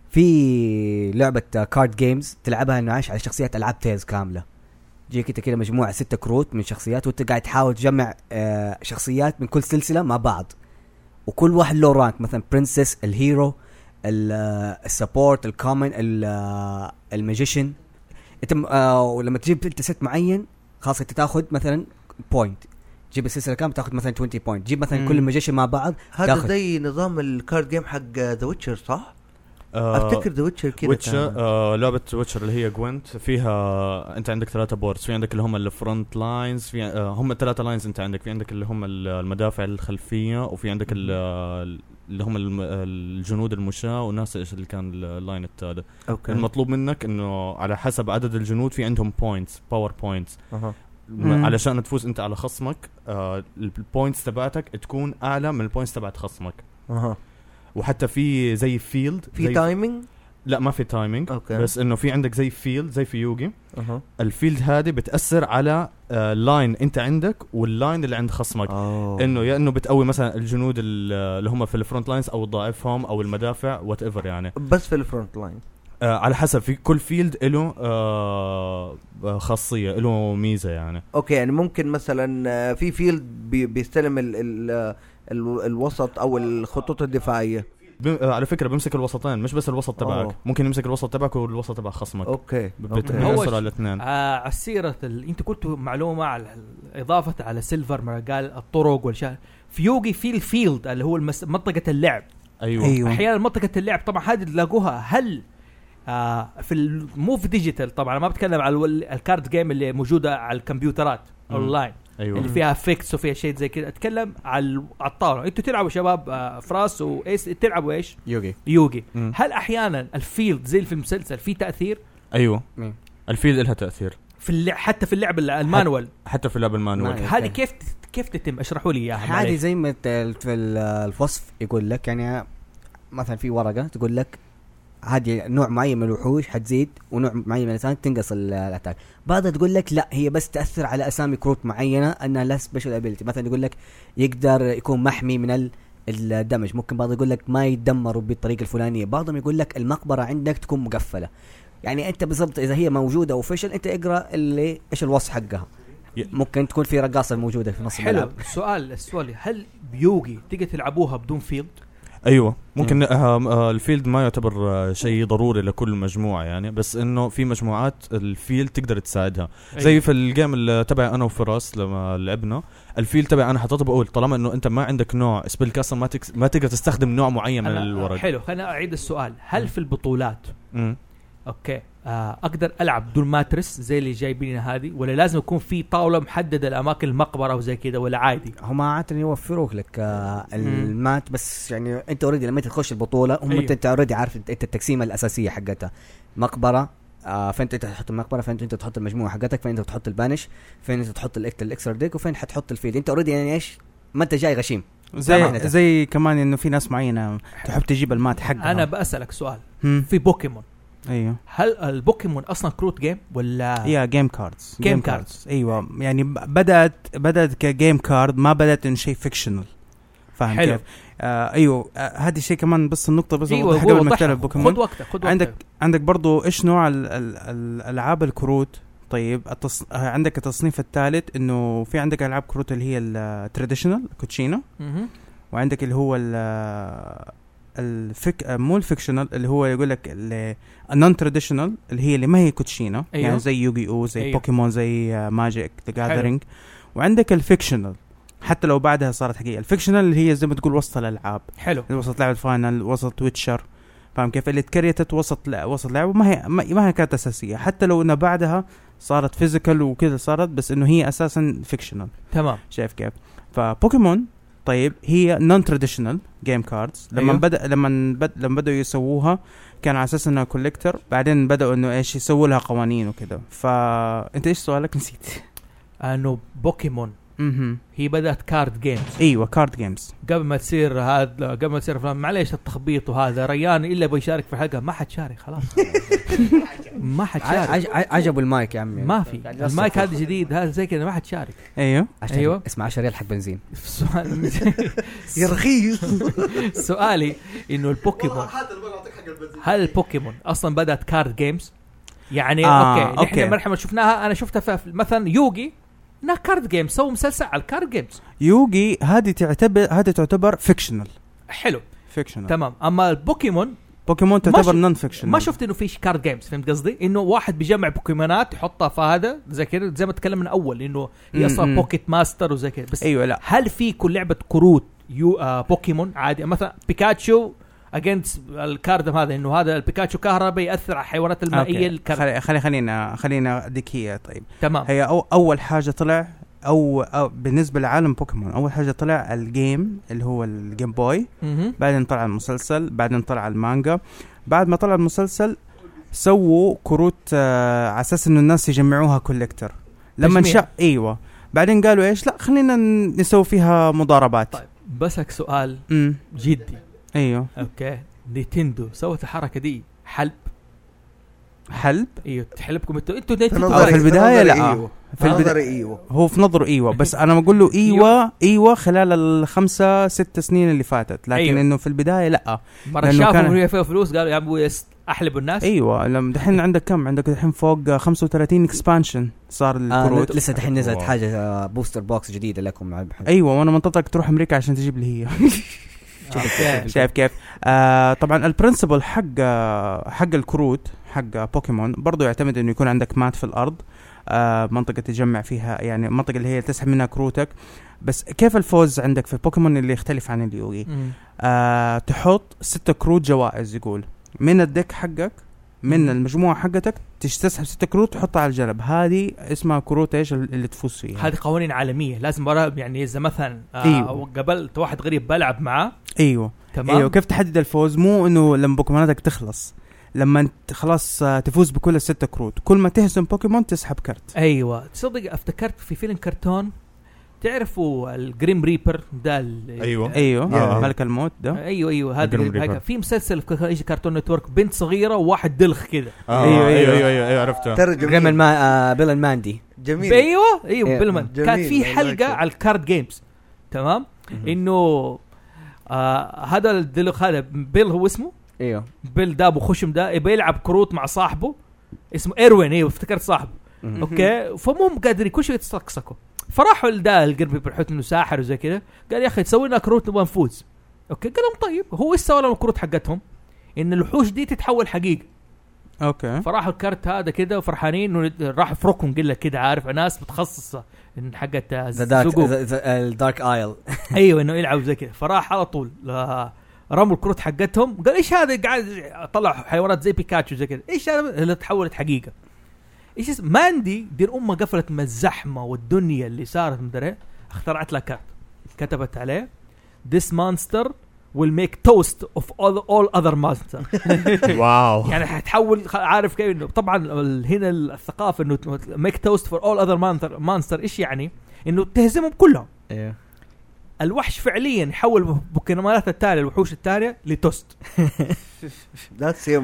في لعبه كارد جيمز تلعبها انه عايش على شخصيات العاب تيلز كامله. جيك كده مجموعه 6 كروت من شخصيات، وانت قاعد تحاول تجمع شخصيات من كل سلسله مع بعض، وكل واحد له رانك. مثلا برنسس، الهيرو، السبورت، الكومن، الماجيشن. انت ولما تجيب انت ست معين خلاص انت تاخذ مثلا بوينت، جيب السلسله كامله تاخذ مثلا 20 بوينت، جيب مثلا كل المجيش مع بعض هذا تاخذ. زي نظام الكارد جيم حق ذا ويتشر صح؟ افتكر ذا ويتشر كذا ويتشر لعبة ويتشر اللي هي جوينت فيها انت عندك 3 بوردز، في عندك اللي هم الفرونت لاينز، في هم 3 لاينز انت عندك، في عندك اللي هم المدافع الخلفية، وفي عندك اللي هم الجنود المشاة، والناس ايش اللي كان اللاين الثالث. المطلوب منك انه على حسب عدد الجنود في عندهم بوينتس، باور بوينتس، علشان تفوز انت على خصمك البوينتس تبعتك تكون اعلى من البوينتس تبعت خصمك. وحتى في زي فيلد، في تايمينج؟ لا ما في تايمينج، بس انه في عندك زي فيلد زي في يوغي. الفيلد هذه بتأثر على لاين انت عندك واللاين اللي عند خصمك. انه يا انه بتقوي مثلا الجنود اللي هم في الفرونت لاينز او تضاعفهم او المدافع وات ايفر يعني. بس في الفرونت لاين على حسب، في كل فيلد له خاصية، له ميزة يعني. اوكي يعني ممكن مثلا في فيلد بيستلم الوسط او الخطوط الدفاعية. على فكرة بيمسك الوسطين مش بس الوسط تبعك، ممكن يمسك الوسط تبعك والوسط تبع خصمك. اوكي بتأثر على الاثنين. على السيرة انت قلت معلومة على اضافة على سيلفر ما قال الطرق والشيء، في يوغي في الفيلد اللي هو منطقة اللعب. أيوة. احيانا منطقة اللعب طبعا هذه تلاقوها هل في الموف ديجيتال، طبعا ما بتكلم على الكارد جيم اللي موجودة على الكمبيوترات اونلاين. أيوة. اللي فيها فيكس وفيها شيء زي كده. اتكلم على الطاوله، انتوا تلعبوا شباب فراس وايس تلعبوا ايش؟ يوغي. هل احيانا الفيلد زي في المسلسل في تاثير؟ ايوه الفيلد لها تاثير في حتى في اللعب المانوال، حتى في اللعب المانوال. هذه كيف تتم؟ اشرحوا لي اياها. هذه زي ما في الوصف يقول لك يعني مثلا في ورقه تقول لك هذه نوع معين من الوحوش حتزيد ونوع معين من الثاني تنقص الاتاك. بعضها تقول لك لا هي بس تاثر على اسامي كروت معينه انها لا سبيشال ابيلتي، مثلا يقول لك يقدر يكون محمي من الدمج، ممكن بعض يقول لك ما يتدمروا بالطريقه الفلانيه، بعضهم يقول لك المقبره عندك تكون مقفله. يعني انت بالضبط اذا هي موجوده او فيشل انت اقرا اللي ايش الوصف حقها. ممكن تكون في رقاصه موجوده في نص الملعب. السؤال هل بيوغي تقدر تلعبوها بدون فيلد؟ ايوه ممكن. الفيلد ما يعتبر شيء ضروري لكل مجموعه يعني، بس انه في مجموعات الفيلد تقدر تساعدها. زي في الجيم اللي تبعي انا وفراس لما لعبنا الفيلد تبعي انا حطيته بقول طالما انه انت ما عندك نوع سبيل كاستر ما تقدر تستخدم نوع معين من الورق. حلو، خلينا اعيد السؤال. هل في البطولات اوكي اقدر العب دون ماترس زي اللي جايبينها هذه، ولا لازم يكون في طاوله محدده لاماكن المقبره وزي كذا، ولا عادي؟ هم عاده يوفروك لك المات، بس يعني انت اوريدي لما تخش البطوله هم انت اوريدي عارف انت التقسيمه الاساسيه حقتها. مقبره فانت تحط المقبره، فانت تحط المجموعه حقتك، فانت تحط البانش، فين انت تحط الاكسترا ديك، وفين حتحط الفيد. انت اوريدي يعني ايش ما انت جاي غشيم. زي كمان انه في ناس معينه تحب تجيب المات حقها. انا بسالك سؤال في بوكيمون. ايوه هل البوكيمون اصلا كروت جيم ولا يا جيم كاردز؟ ايوه يعني بدات كجيم كارد، ما بدات ان شيء فيكشنال. فاهم حلو. كيف؟ هذه الشيء كمان بس النقطه بس أيوة قبل ما نتكلم بوكيمون. خد وقتك. عندك برضو ايش نوع الالعاب الكروت. طيب عندك التصنيف الثالث انه في عندك العاب كروت اللي هي التراديشنال كوتشينا، وعندك اللي هو مو الفيكشنال اللي هو يقول لك النون تراديشنال اللي هي اللي ما هي كوتشينا. أيوه. يعني زي يوغي او زي أيوه. بوكيمون زي ماجيك ذا جاذرينج. وعندك الفيكشنال حتى لو بعدها صارت حقيقة. الفيكشنال اللي هي زي ما تقول وسط الالعاب. حلو. وسط لعبة فاينل، وسط ويتشر. فاهم كيف؟ اللي تكريتت وسط لعبة ما هي كانت اساسيه، حتى لو انها بعدها صارت فيزيكال وكذا صارت، بس انه هي اساسا فيكشنال. تمام. شايف كيف؟ فبوكيمون طيب هي نون تراديشنال جيم كاردز. لما بدأوا يسووها كان على اساس انها كوليكتر، بعدين بدأوا انه ايش يسووا لها قوانين وكذا. فانت ايش سؤالك؟ نسيت. انه بوكيمون هي بدأت كارد جيمز. ايوه كارد جيمز قبل ما تصير هذا، قبل ما تصير فلان. معليش التخبيط وهذا ريان الا بيشارك في الحلقه ما حد شارك خلاص. ما حد شارك. عجبوا المايك يا عمي. ما في المايك هذا جديد، هذا زي كذا ما حد شارك. ايوه اسمع 10 ريال حق بنزين. يا رخيص. سؤالي انه البوكيمون، هل البوكيمون اصلا بدأت كارد جيمز؟ يعني اوكي احنا مرحبا شفناها، انا شفتها في مثلا يوغي نا كارد جيم، سووا مسلسل على الكارد جيمز. يوغي هذه تعتبر فيكشنال. حلو فيكشنال تمام. اما البوكيمون بوكيمون تعتبر نون فيكشن. ما شفت انه في كارد جيمز، فهمت قصدي؟ انه واحد بيجمع بوكيمونات يحطها في هذا زي كذا، زي ما تكلمنا من اول انه هي اصلا بوكيت ماستر وزي كذا. بس ايوه لا، هل في كل لعبه كروت بوكيمون عادي مثلا بيكاتشو اجينست الكارد هذا، انه هذا البيكاتشو كهرباء ياثر على الحيوانات المائيه خلينا اديك هي. طيب تمام. هي اول حاجه طلع أو بالنسبه لعالم بوكيمون اول حاجه طلع الجيم اللي هو الجيم بوي، بعدين طلع المسلسل، بعدين طلع المانجا. بعد ما طلع المسلسل سووا كروت على اساس انه الناس يجمعوها كوليكتر لما ايوه. بعدين قالوا ايش، لا خلينا نسوي فيها مضاربات. طيب بسك سؤال جدي. ايوه اوكي، نينتندو سوت الحركه دي حلب ايوه تحلبكم انتوا في البدايه لا في البدايه ايوه هو في نظره ايوه، بس انا بقول له ايوه خلال 5-6 سنين اللي فاتت، لكن أيوة. انه في البدايه لا مره شافوا هي فيها فلوس قالوا يا ابو احلبوا الناس. ايوه لما دحين عندك كم، عندك دحين فوق 35 اكسبانشن صار الكروت. لسه دحين نزلت حاجه بوستر بوكس جديده لكم. ايوه وانا منتظرك تروح امريكا عشان تجيب لي هي. شايف كيف؟ طبعا البرنسبل حق الكروت حق بوكيمون برضو يعتمد انه يكون عندك مات في الارض، منطقة تجمع فيها، يعني منطقة اللي هي تسحب منها كروتك. بس كيف الفوز عندك في بوكيمون اللي يختلف عن اليوغي؟ تحط 6 كروت جوائز، يقول من الديك حقك من المجموعة حقتك تسحب 6 كروت تحطها على الجلب. هذه اسمها كروت ايش اللي تفوز فيها. هذه قوانين عالمية لازم يعني اذا مثلا أيوه. قبلت واحد غريب بلعب معاه. ايوه تمام. ايوه كيف تحدد الفوز؟ مو انه لما بوكيموناتك تخلص، لما انت خلاص تفوز بكل 6 كروت، كل ما تهزم بوكيمون تسحب كرت. ايوه تصدق افتكرت في فيلم كرتون، تعرفوا الجريم ريبر ده ايوه ملك الموت ده. ايوه هذا في مسلسل في كارتون نتورك، بنت صغيره وواحد دلخ كده. ايوه عرفته. بيل ماندي جميل. ايوه بيل كان في حلقه على الكارد جيمز. تمام. انه هذا الدلخ هذا بيل هو اسمه. ايوه بيل ده ابو خشم ده بيلعب كروت مع صاحبه اسمه ايروين. ايوه افتكرت صاحبه. اوكي فمو قادر كل شيء يتسقسقوا، فراحوا لده القربي بالحوت انه ساحر وزي كده، قال يا اخي تسوي لنا كروت نبغى نفوز. اوكي قال لهم طيب. هو ايش سوى لهم الكروت حقتهم؟ ان الوحوش دي تتحول حقيقه. اوكي فراحوا الكارت هذا كده وفرحانين انه راح يفركهم قله كده، عارف ناس متخصصه ان حقت الدارك ايل. ايوه انه يلعبوا زي كده. فراح على طول رموا الكروت حقتهم، قال ايش هذا قاعد طلع حيوانات زي بيكاتشو زي كده، ايش هذا اللي تحولت حقيقه. ايش اسم ماندي دير امه قفلت من الزحمه والدنيا اللي صارت مدري، اخترعت لها كارت كتبت عليه this monster will make toast of all other monsters. واو. يعني حتحول، عارف كيف انه طبعا هنا الثقافه انه make toast for all other monster ايش يعني؟ انه تهزمهم كلهم. الوحش فعليا يحول بوكيمونات التالية الوحوش التالية لتوست. ذات سيم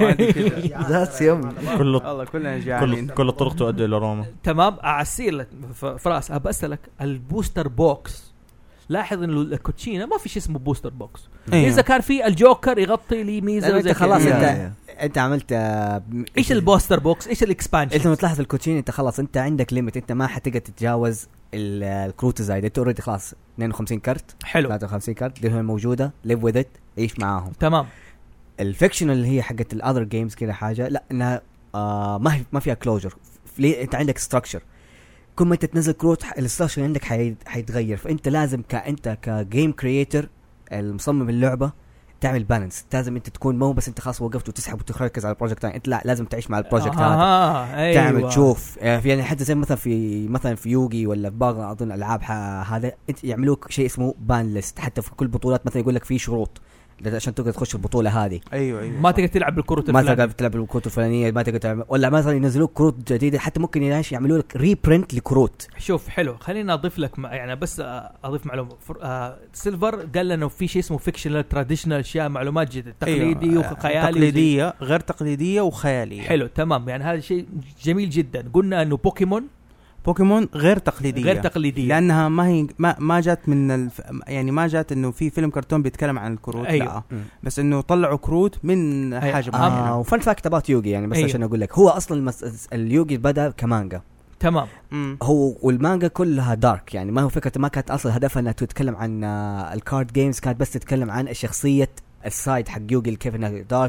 الله كلنا جاعانين، كل الطرق تؤدي الى روما. تمام. اعسير فراس بسألك البوستر بوكس، لاحظ انه الكوتشينه ما في شيء اسمه بوستر بوكس. اذا كان في الجوكر يغطي لي ميزه انت خلاص انت عملت ايش البوستر بوكس، ايش الاكسبانشن. انت تلاحظ الكوتشين انت خلاص انت عندك ليميت، انت ما حتقدر تتجاوز الكروت زايده. انت اوريدي خلاص 52 كارت حلو 53 كارت دي موجوده، ليف وذ ات، عيش معاهم. تمام. الفيكشن اللي هي حقت الاذر جيمز كده حاجه لا انها ما فيها كلوجر. انت عندك ستراكشر، كل ما انت تنزل كروت الاستراكشر عندك حيتغير. فانت لازم انت كجيم كرييتر المصمم اللعبه تعمل بالانس. لازم انت تكون مو بس انت خلاص وقفت وتسحب وتركز على البروجكت، انت لا لازم تعيش مع البروجكت هذا. أيوة. تعمل تشوف يعني حتى زي مثلا في يوغي ولا في بعض اظن العاب هذا انت يعملوك شيء اسمه بان ليست. حتى في كل بطولات مثلا يقول لك في شروط عشان تقدر تخش البطوله هذه. ايوه ما تقدر تلعب بالكروت الفلانيه، ما تقدر تلعب بالكروت الفلانيه، ما تقدر تعمل ولا مثلا ينزلوك كروت جديده، حتى ممكن يعملوا لك ريبرنت لكروت. شوف حلو، خلينا اضيف لك يعني بس اضيف معلومه. سيلفر قال لنا في شيء اسمه فيكشنال تراديشنال، اشياء معلومات جديده تقليدي أيوة. وخيالي، تقليديه غير تقليديه وخياليه. حلو تمام. يعني هذا شيء جميل جدا. قلنا انه بوكيمون غير تقليديه لانها ما جات من يعني ما جات انه في فيلم كرتون بيتكلم عن الكروت. أيوه. لا بس انه طلعوا كروت من حاجه معينه. وفن فاكت اباوت يوغي يعني بس عشان اقول لك، هو اصلا اليوغي بدا كمانجا. تمام. هو والمانجا كلها دارك، يعني ما هو فكرة، ما كانت اصلا هدفها انها تتكلم عن الكارد جيمز، كانت بس تتكلم عن الشخصيه السايد حق يوغي كيف انه دار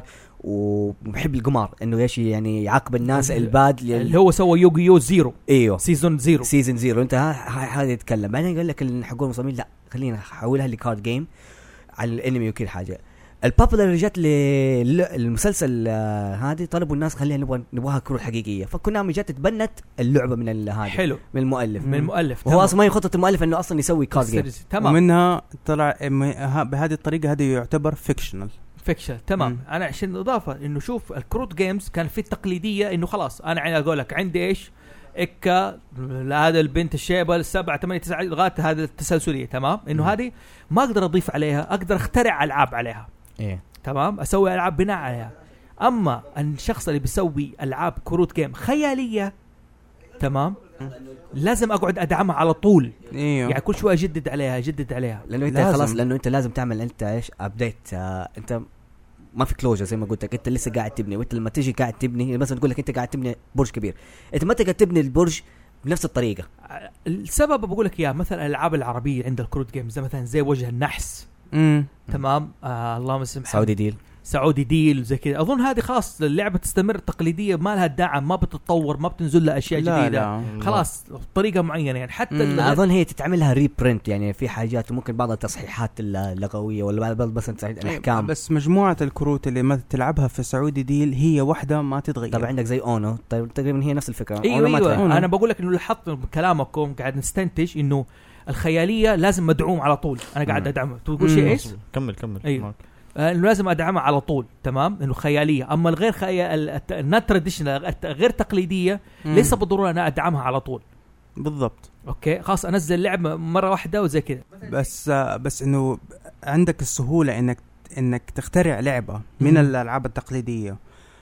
ومحب القمار انه ايش يعني يعاقب الناس الباد اللي هو سوى يوغيو زيرو ايوه سيزون زيرو انت هذا يتكلم بعدين قال لك حقون مصممين لا خلينا احولها لكارد جيم على الانمي وكل حاجه. البابلر اللي جت للمسلسل هذه طلبوا الناس خلينا نبغاها كروت حقيقيه فكونامي جت تبنت اللعبه من هذا حلو من المؤلف وهو اصلا ما يخطط المؤلف انه اصلا يسوي كارد جيم تمام ومنها طلع بهذه الطريقه هذه يعتبر فيكشنال تمام. انا عشان اضافه انه شوف الكروت جيمز كان في التقليديه انه خلاص انا اقول لك عندي ايش إكا هذا البنت الشيبة 7 8 9 لغاية هذا التسلسلية تمام إنه هذه ما أقدر أضيف عليها أقدر أخترع ألعاب عليها إيه تمام أسوي ألعاب بناء عليها. أما الشخص اللي بيسوي ألعاب كروت جيم خيالية تمام لازم أقعد أدعمها على طول ايوه يعني كل شوية أجدد عليها لأنه أنت خلاص لأنه أنت لازم تعمل أنت إيش أبديت أنت ما في كلوجر زي ما قلت لك انت لسه قاعد تبني وانت لما تيجي قاعد تبني مثلا تقول لك انت قاعد تبني برج كبير انت ما تقدر تبني البرج بنفس الطريقه. السبب بقول لك اياه مثلا الالعاب العربيه عند الكروت جيمز مثلا زي وجه النحس تمام اللهم اسم سعودي ديل زي كذا اظن هذه خلاص اللعبه تستمر تقليديه ما لها دعم ما بتتطور ما بتنزل لها اشياء جديده خلاص بطريقه معينه يعني حتى اظن هي تتعملها ريبرنت يعني في حاجات ممكن بعض التصحيحات اللغويه ولا بس الاحكام بس مجموعه الكروت اللي ما تلعبها في سعودي ديل هي واحده ما تتغير. طبعا عندك زي اونو تقريبا هي نفس الفكره. أيوة. انا بقول لك انه لاحظت كلامكم قاعد نستنتج انه الخياليه لازم مدعوم على طول. انا قاعد ادعمه تقول شيء ايش كمل أيوة. انه لازم ادعمها على طول تمام انه خياليه. اما الغير النات تراديشنال غير تقليديه ليس بالضروره انا ادعمها على طول بالضبط. اوكي خلاص انزل لعبه مره واحده وزي كذا بس انه عندك السهوله انك تخترع لعبه من الالعاب التقليديه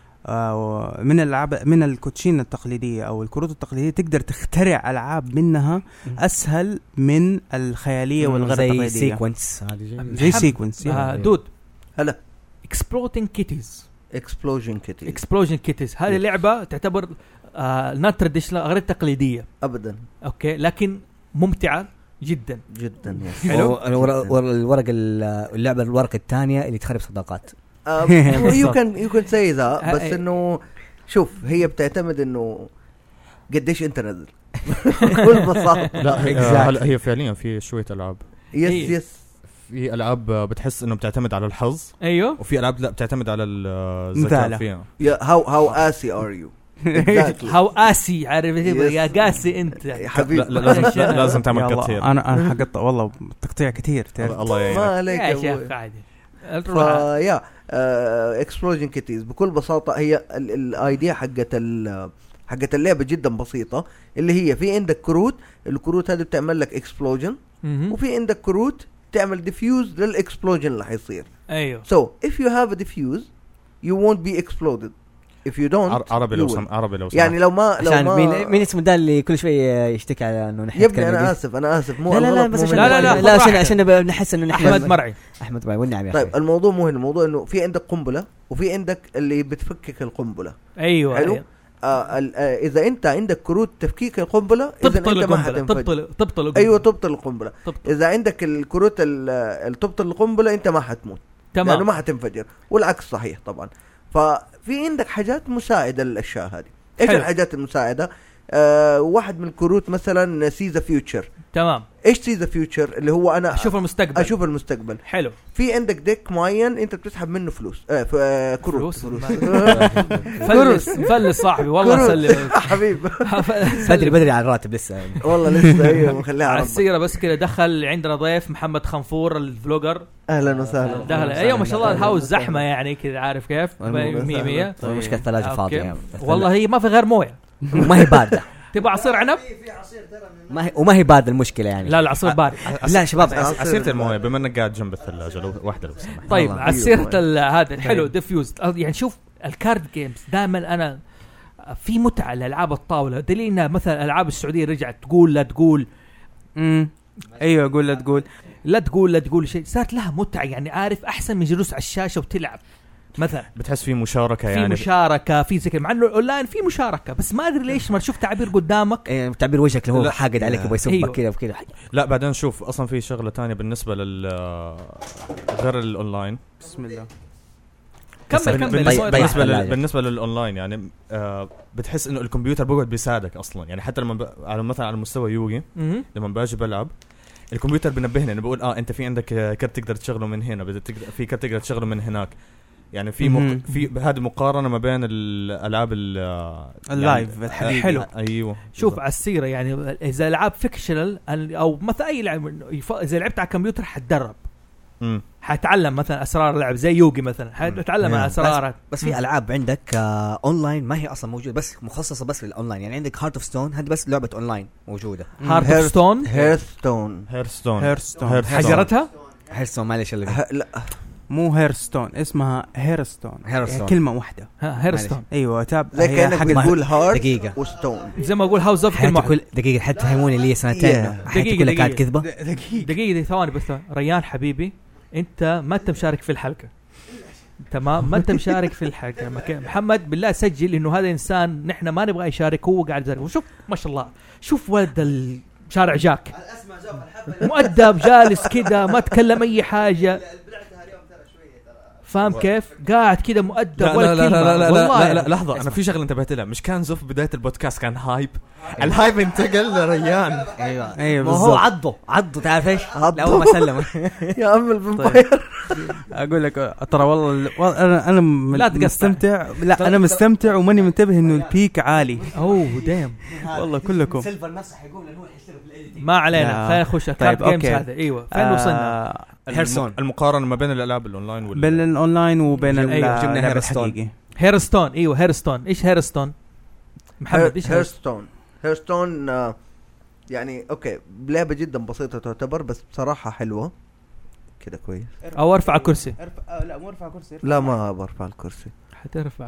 من الكوتشين التقليديه او الكروت التقليديه تقدر تخترع العاب منها اسهل من الخياليه والغير تقليديه. زي سيكونس زي سيكونس دود هلا اكسبلودينج كيتيز اكسبلوجن كيتيز هذه لعبه تعتبر نات تراديشنال غير تقليديه ابدا اوكي لكن ممتعه جدا جدا. حلو الورق اللعبه الورقه الثانيه اللي تخرب صداقات يو كان سي ذا بس انه شوف هي بتعتمد انه قديش انت نزل بكل بساطه. لا هي فعليا في شويه العاب يس في العاب بتحس انه بتعتمد على الحظ ايوه وفي العاب لا بتعتمد على الذكاء فيها. هاو اسي ار يو هاو اسي عارف يا قاسي انت حبيبي. لازم تعمل كثير. انا حقطع والله تقطيع كثير الله يعينك ما عليك يا شيخ عادي. يا اكسبلوجن كيتيز بكل بساطه هي الايديا حقت اللعبه جدا بسيطه اللي هي في عندك كروت الكروت هذه بتعمل لك اكسبلوجن وفي عندك كروت تعمل ديفيوز للاكسبلوجن اللي حيصير. ايوه so if you have a diffuse you won't be exploded if you don't عربي لو سمحت يعني لو ما مين اسمه ده اللي كل شويه يشتكي على انه نحن يبني انا اسف مو لا بس عشان نحس انه نحن احمد مرعي والنعم. طيب الموضوع مو هنا الموضوع انه في عندك قنبله وفي عندك اللي بتفكك القنبله. ايوه حلو اذا انت عندك كروت تفكيك القنبله اذا انت ما حتنفجر تبطل القنبله. اذا عندك الكروت تبطل القنبله انت ما حتموت تمام لانه ما حتنفجر والعكس صحيح طبعا. ففي عندك حاجات مساعده للاشياء هذه. ايش الحاجات المساعده؟ واحد من الكروت مثلا سي ذا فيوتشر. تمام ايش سي ذا فيوتشر اللي هو انا اشوف المستقبل. حلو في عندك ديك معين انت بتسحب منه فلوس كروت فلس صاحبي والله سلم حبيب بدري على الراتب لسه والله لسه ايوه مخليها على السيره بس كده. دخل عندنا ضيف محمد خنفور الفلوجر اهلا وسهلا. دخل ايوه ما شاء الله الهاوس زحمه يعني كده عارف كيف 100 مشكله ثلاجه فاضيه والله هي ما في غير مويه وما هي بارده. تبغى عصير عنب وما هي بارده المشكله يعني. لا العصير بارد. لا شباب عصيرة المويه بما انك قاعد جنب الثلاجه واحده لو سمحت. طيب عصيرة هذا حلو ديفيوز يعني شوف الكارد جيمز دائما انا في متعه لالعاب الطاوله دليلنا مثلا العاب السعوديه رجعت تقول لا تقول ايوه قول لا تقول شيء صارت لها متعه يعني عارف احسن من جلوس على الشاشه وتلعب مثلا بتحس في مشاركه يعني في مشاركه في زي مع انه اونلاين في مشاركه بس ما ادري ليش ما تشوف تعبير قدامك تعبير وجهك اللي هو حاقد عليك يبغى يسبك كذا وكذا. لا بعدين شوف اصلا في شغله تانية بالنسبه غير الاونلاين بسم الله. كمل بالنسبه للاونلاين يعني بتحس انه الكمبيوتر بيقعد بيساعدك اصلا يعني حتى لما على مثلا على مستوى يوغي لما باجي بلعب الكمبيوتر بنبهني انا بقول انت في عندك كرت تقدر تشغله من هنا في كرت تقدر تشغله من هناك يعني في هذه مقارنه ما بين الالعاب اللايف يعني الحقيقي. حلو. ايوه شوف على السيره يعني اذا العاب فيكشنال او مثلا اي لعب اذا لعبت على الكمبيوتر حتدرب حتعلم مثلا اسرار اللعب زي يوغي مثلا حتتعلم اسرارها. بس في العاب عندك اونلاين ما هي اصلا موجوده بس مخصصه بس للاونلاين يعني عندك هارت اوف ستون هذه بس لعبه اونلاين موجوده. هارت اوف ستون هيرستون حجرتها هيرستون معلش لا مو هيرستون اسمها هيرستون كلمه واحده هيرستون. ايوه تاب زي كانك بتقول هارت دقيقه وستون زي ما اقول هاوس اوف كل دقيقه حتى فهموني لي سنتين دقيقه كانت كذبه دقيقه ثواني بس. ريان حبيبي انت ما انت مشارك في الحلقه تمام ما انت مشارك في الحلقه محمد بالله سجل انه هذا انسان نحن ما نبغى يشارك هو قاعد يزرق وشوف ما شاء الله شوف ولد الشارع جاك مؤدب جالس كذا ما تكلم اي حاجه فاهم كيف قاعد كده مؤدب ولا كلمه. لا لحظه انا في شغله انتبهت لها مش كان زوف بدايه البودكاست كان هايب الهايب انتقل لريان. ايوه هو عضه تعرف ايش لا ما سلم يا عم الفامباير. اقول لك ترى والله انا مستمتع لا انا مستمتع وماني منتبه انه البيك عالي. اوه دايم والله كلكم سيلفر نفسه حيقول انه هو يحسب بالايديتنج ما علينا خلينا نخش كارد جيمز هذا. ايوه فين وصلنا؟ هيرستون المقارنه ما بين الالعاب الاونلاين بين الاونلاين وبين جبنا هيرستون. هيرستون ايوه هيرستون. ايش هيرستون محمد؟ ايش هيرستون يعني اوكي لعبه جدا بسيطه تعتبر بس بصراحه حلوه كده كويس. او ارفع كرسي لا مو ارفع كرسي لا ما برفع الكرسي حترفع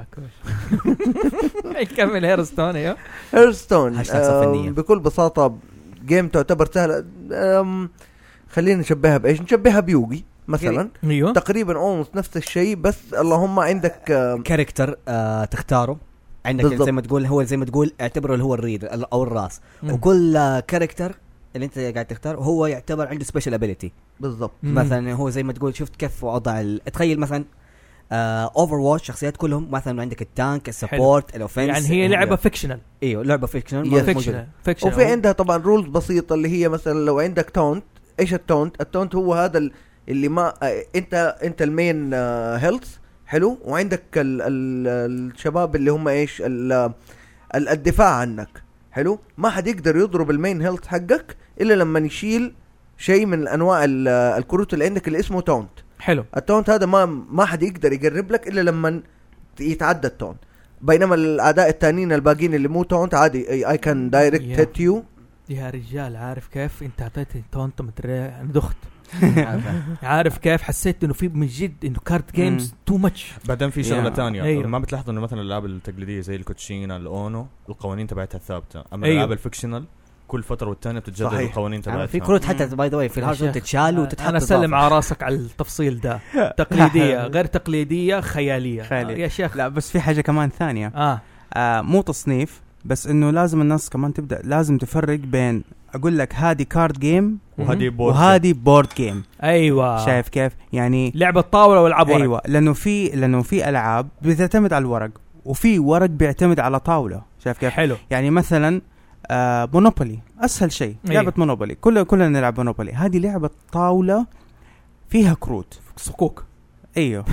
كرسي. يكمل هيرستون. ايوه هيرستون بكل بساطه جيم تعتبر سهله. خلينا نشبهها بايش؟ نشبهها بيوغي مثلا. أيوه. تقريبا اولموست نفس الشيء بس اللهم عندك كاركتر تختاره عندك زي ما تقول هو زي ما تقول اعتبره اللي هو الريد او الراس وكل كاركتر اللي انت قاعد تختار هو يعتبر عنده سبيشال ابيليتي بالضبط. مثلا هو زي ما تقول شفت كيف وضع تخيل مثلا اوفر واتش شخصيات كلهم مثلا عندك التانك السبورت الاوفنس يعني هي لعبه فيكشنال. ايوه لعبه فيكشنال وفي عندها طبعا رولز بسيطه اللي هي مثلا لو عندك تونت. ايش التونت هو هذا اللي ما انت المين هيلث حلو وعندك الشباب اللي هم ايش الدفاع عنك حلو ما حد يقدر يضرب المين هيلث حقك الا لما يشيل شيء من انواع الكروت اللي عندك اللي اسمه تونت. حلو. التونت هذا ما حد يقدر يقرب لك الا لما يتعدى التونت بينما الاعداء التانيين الباقيين اللي مو تونت عادي اي كان دايركت هيت يو. يا رجال عارف كيف انت اعطيتني تونت مدري انا دخت عارف كيف حسيت انه في من جد انه كارت جيمز تو ماتش. بعدين في شغله ثانيه ما بتلاحظوا انه مثلا الالعاب التقليديه زي الكوتشينا الاونو القوانين تبعتها ثابته اما الالعاب الفيكشنال كل فتره والثانيه بتتجدد القوانين تبعتها. في كروت حتى باي ذا واي في الهارد تتشال وتتحط. انا اسلم على راسك على التفصيل ده. تقليديه غير تقليديه خياليه يا شيخ. لا بس في حاجه كمان ثانيه مو تصنيف بس انه لازم الناس كمان تبدا لازم تفرق بين اقول لك هذه كارد جيم وهذه بورد جيم. ايوه شايف كيف يعني لعبه طاوله والعاب ورق. ايوه لانه في العاب بتعتمد على الورق وفي ورق بيعتمد على طاوله. شايف كيف؟ حلو. يعني مثلا مونوبولي اسهل شيء. لعبه مونوبولي كلنا نلعب مونوبولي. هذه لعبه طاوله فيها كروت صكوك. ايوه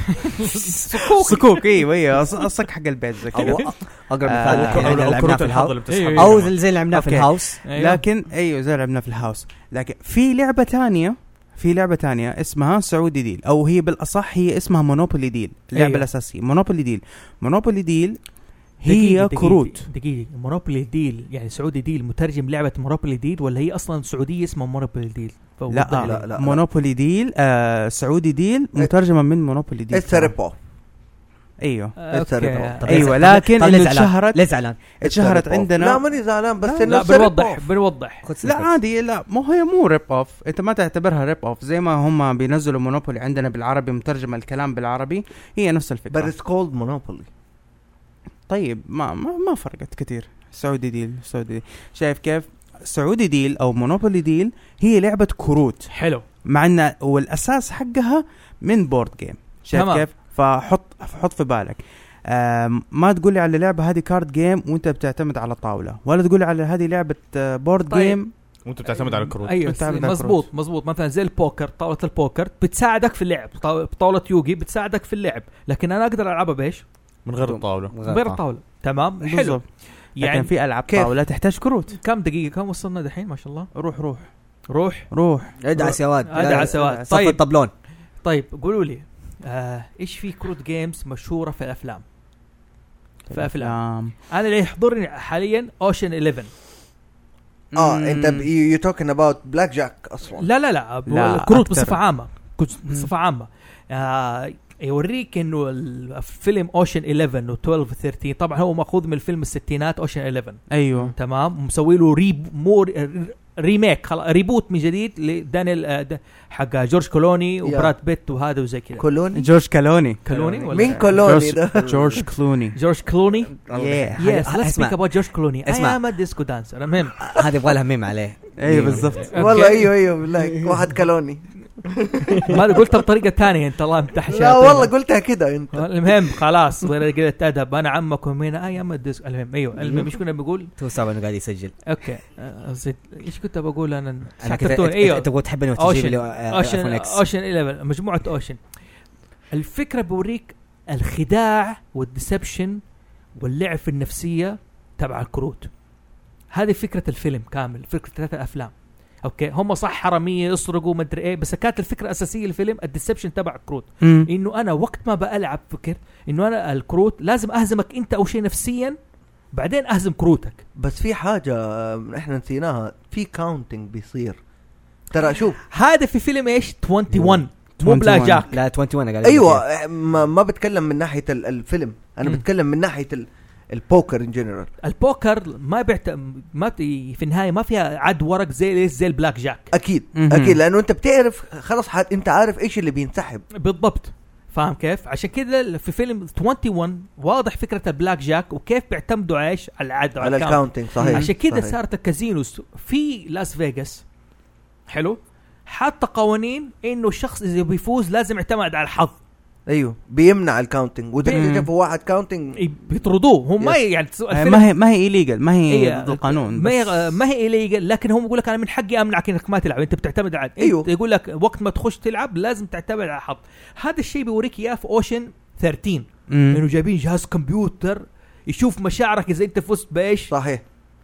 صكوك ايوه الصك حق البيت زي كذا اقرب مثال كروت الحظ اللي بتسحب او زي اللي لعبناه في الهاوس. لكن ايوه زي اللي لعبناه في الهاوس. لكن في لعبه ثانيه اسمها سعودي ديل او هي بالاصح هي اسمها مونوبولي ديل. اللعبه الاساسيه مونوبولي ديل هي كروت. دقيقة مونوبولي ديل يعني سعودي ديل مترجم لعبة مونوبولي ديل ولا هي أصلا سعودية اسمها مونوبولي ديل؟ لا مونوبولي ديل سعودي ديل مترجمة من مونوبولي ديل. السريبو ايوه ايوه لكن اتشهرت عندنا. لا ماني زعلان بس لا بنوضح لا عادي لا مو ريب اوف. انت ما تعتبرها ريب اوف زي ما هم بينزلوا مونوبولي عندنا بالعربي مترجمة الكلام بالعربي هي نفس الفكرة. but it's called monopoly. طيب ما فرقت كتير. سعودي ديل شايف كيف؟ سعودي ديل او مونوبولي ديل هي لعبة كروت. حلو. مع ان والاساس حقها من بورد جيم. شايف تمام. كيف؟ فحط في بالك ما تقولي على لعبة هذه كارد جيم وانت بتعتمد على طاولة، ولا تقولي على هذه لعبة بورد طيب. جيم وانت بتعتمد على الكروت. ايوه بتعتمد على مزبوط مثلا زي البوكر، طاولة البوكر بتساعدك في اللعب، طاولة يوغي بتساعدك في اللعب، لكن انا اقدر العبها بايش؟ من غير الطاولة. غير الطاولة. تمام حلو. بالضبط. يعني لكن في ألعاب كيف؟ طاولة تحتاج كروت. كم دقيقة كم وصلنا دحين؟ ما شاء الله. روح ادعس يا واد، ادعس يا واد. صف طيب. الطبلون. طيب قولوا لي ايش في كروت جيمز مشهورة في الافلام؟ في افلام انا اللي يحضرني حاليا اوشن 11. انت يو توكينج اباوت بلاك جاك اصلا. لا كروت بصفة عامة، بصفة عامة. يوريك انه الفيلم اوشن 11 و 12 و 13 طبعا هو ماخوذ من الفيلم الستينات اوشن 11. ايوه تمام. مسوي له ريميك خلاص، ريبوت من جديد لدانيال حق جورج كلوني وبراد بيت وهذا وزي كذا. كولوني. جورج كالوني. كلوني ولا مين كولوني ده؟ جورج كلوني. جورج كلوني. يس let's speak about جورج كلوني. اسمع. I am a disco dancer. المهم هذا يبغى لها ميم عليه. ايوه بالضبط. والله ايوه بالله واحد كولوني. ما قلتها بطريقة ثانية انت، الله امتحن. لا والله قلتها كده انت. المهم خلاص قلة أدب. أنا عمكم من أيام الديسك. المهم أيوه المهم إيش كنا بقول؟ تو صعب إنه قاعد يسجل. أوكي إيش كنت بقول أنا كنت أيوه تبغى تحب إنه تجيب لي أوشن 11 مجموعة أوشن. الفكرة بوريك الخداع والديسبشن واللعب في النفسية تبع الكروت. هذه فكرة الفيلم كامل، فكرة 3 أفلام. اوكي هم صح حراميه يسرقوا ما ادري ايه، بس كانت الفكره الاساسيه الفيلم الديسبشن تبع الكروت. انه انا وقت ما بلعب فكر انه انا الكروت لازم اهزمك انت او شيء نفسيا، بعدين اهزم كروتك. بس في حاجه احنا نسيناها، في كاونتنج بيصير ترى. شوف هذا في فيلم ايش 21 مو بلاك جاك. لا 21 قال. ايوه ما بتكلم من ناحيه الفيلم، انا بتكلم من ناحيه البوكر ان جنرال. البوكر ما في النهايه ما فيها عد ورق زي البلاك جاك. اكيد اكيد لانه انت بتعرف خلاص انت عارف ايش اللي بينسحب بالضبط. فاهم كيف؟ عشان كده في فيلم 21 واضح فكره البلاك جاك وكيف بيعتمدوا على العد على الكاونتنج. صحيح. عشان كده صحيح. صارت الكازينوس في لاس فيغاس حلو حتى قوانين انه الشخص اذا بيفوز لازم يعتمد على الحظ. ايوه بيمنع الكاونتنج، وتكتشف واحد كاونتنج بيطردوه هم. ما يعني ما هي إليجل، ما هي ضد القانون، ما هي إليجل، لكن هم يقول لك انا من حقي امنعك انك ما تلعب، انت بتعتمد على أيوه. يقول لك وقت ما تخش تلعب لازم تعتمد على الحظ. هذا الشيء بيوريك اياه في اوشن 13 انه جايبين جهاز كمبيوتر يشوف مشاعرك اذا انت فزت بايش. صحيح.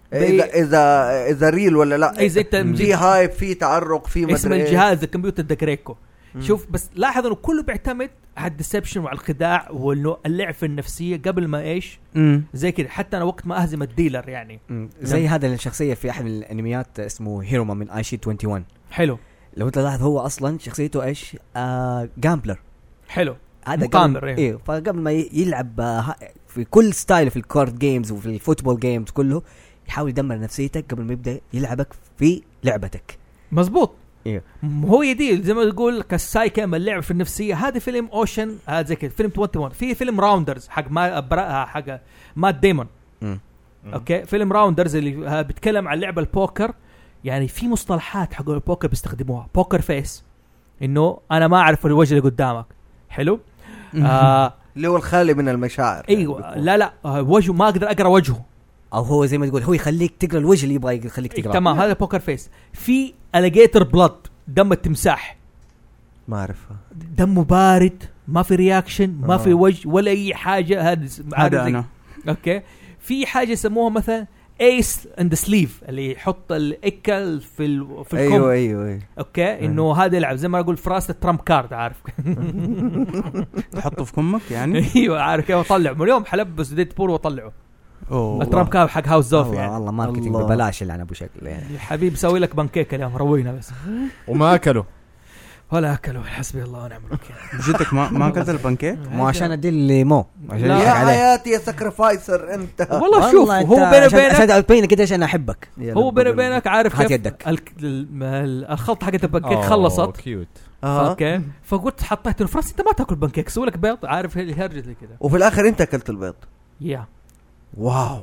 اذا ريل ولا لا، اذا انت في هايب في تعرق في اسم الجهاز الكمبيوتر ده كريكو. شوف بس لاحظ انه كله بيعتمد على الديسبشن وعلى الخداع وانه اللعب في النفسيه قبل ما ايش زي كده. حتى انا وقت ما اهزم الديلر يعني زي هذا الشخصيه في احد من الانميات اسمه هيروما من ايشي 21. حلو. لو انت لاحظ هو اصلا شخصيته ايش جامبلر. حلو. هذا مقامر ايه. فقبل ما يلعب في كل ستايل في الكارد جيمز وفي الفوتبول جيمز كله يحاول يدمر نفسيتك قبل ما يبدا يلعبك في لعبتك. مزبوط. إيه. هو يديل زي ما تقول كالسايكا من اللعب في النفسيه. هذا فيلم اوشن هذا زي كده. فيلم 21 في فيلم راوندرز حق ما ديمون. اوكي فيلم راوندرز اللي بيتكلم عن لعبه البوكر. يعني في مصطلحات حق البوكر بيستخدموها. بوكر فيس انه انا ما اعرف الوجه اللي قدامك. حلو. اللي هو الخالي من المشاعر. ايوه يعني لا وجهه ما اقدر اقرا وجهه، او هو زي ما تقول هو يخليك تقرا الوجه اللي يبغى يخليك تقرا. تمام. هذا بوكر فيس. في اليجيتر بلاد دم التمساح، ما اعرفها، دمه بارد ما في رياكشن ما في وجه ولا اي حاجه. هذا انا. اوكي. في حاجه يسموها مثلا ايس اند سليف اللي يحط الاكل في الكم. ايوه اوكي. انه هذا يلعب زي ما اقول فراسه ترامب كارد، عارف تحطه في كمك يعني. ايوه عارف كيف اطلع من اليوم حلبس ديت بور واطلعه. ترامب كارد حق هاوس زوف يعني. والله ماركتينج ببلاش اللي انا ابو شكل يعني. يا حبيبي سوي لك بانكيك اليوم روينا بس وما اكلوا ولا اكلوا. حسبي الله ونعم الوكيل. جدك ما اكلت البانكيك؟ مو عشان ادي اللي مو عشان يا حياتي يا ساكرفايسر انت. والله شوف هو بيني وبينك عشان تبين كده عشان احبك. هو بيني وبينك عارف كيف الخلطه حقت البانكيك خلصت. كيوت. اوكي. فقلت حطيت الفرص انت ما تاكل بانكيك سوي لك بيض، عارف الهرجه زي كده. وفي الاخر انت اكلت البيض. يا واو.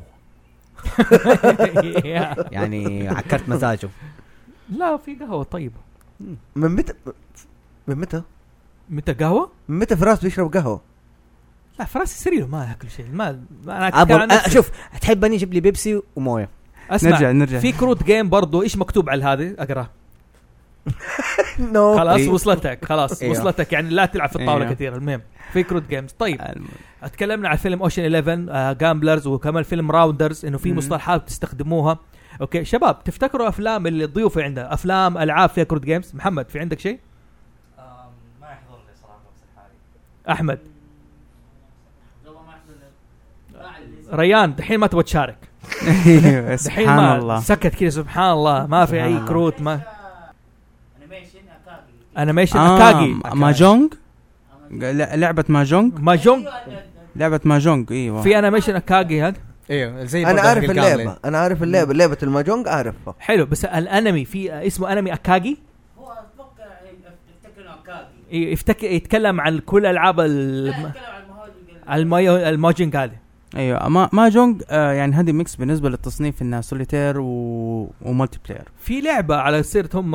يعني عكرت مزاجه. لا في قهوه طيبه. من متى متى قهوه؟ متى فراس بيشرب قهوه؟ لا فراس سرير ما ياكل شيء، ما انا شوف تحب اني اجيب لي بيبسي ومويه. اسمع نرجع في كروت جيم برضو ايش مكتوب على هذه اقرا. نو خلاص وصلتك خلاص أيوه. وصلتك يعني لا تلعب في الطاوله أيوه. كثير. المهم في كروت جيمز. طيب اتكلمنا عن فيلم اوشن 11 جامبلرز وكمان فيلم راوندرز انه في مصطلحات تستخدموها. اوكي شباب تفتكروا افلام اللي الضيوف عندها افلام العاب فيها كروت جيمز؟ محمد في عندك شيء؟ ما يحضر لي صراحه نفس الحالي. احمد ما يحضر ريان دحين ما تبغى تشارك دحين سبحان ما الله. سكت كذا سبحان الله ما في اي كروت ما انيميشن اكاغي. انيميشن اكاغي ماجونج لعبة ماجونج ماجونج لعبة ماجونج ايوه في انيميشن اكاغي هذا ايوه زي انا عارف اللعبه، انا عارف اللعبه، لعبه الماجونج اعرفها. حلو. بس الانمي في اسمه انمي اكاغي هو اتوقع يفتكر انه اكاغي. يتكلم عن كل العاب يتكلم عن الماجونج هذه. ايوه ماجونج يعني هذه ميكس بالنسبة للتصنيف انها سوليتير ومالتي بلاير. في لعبة على سيرة هم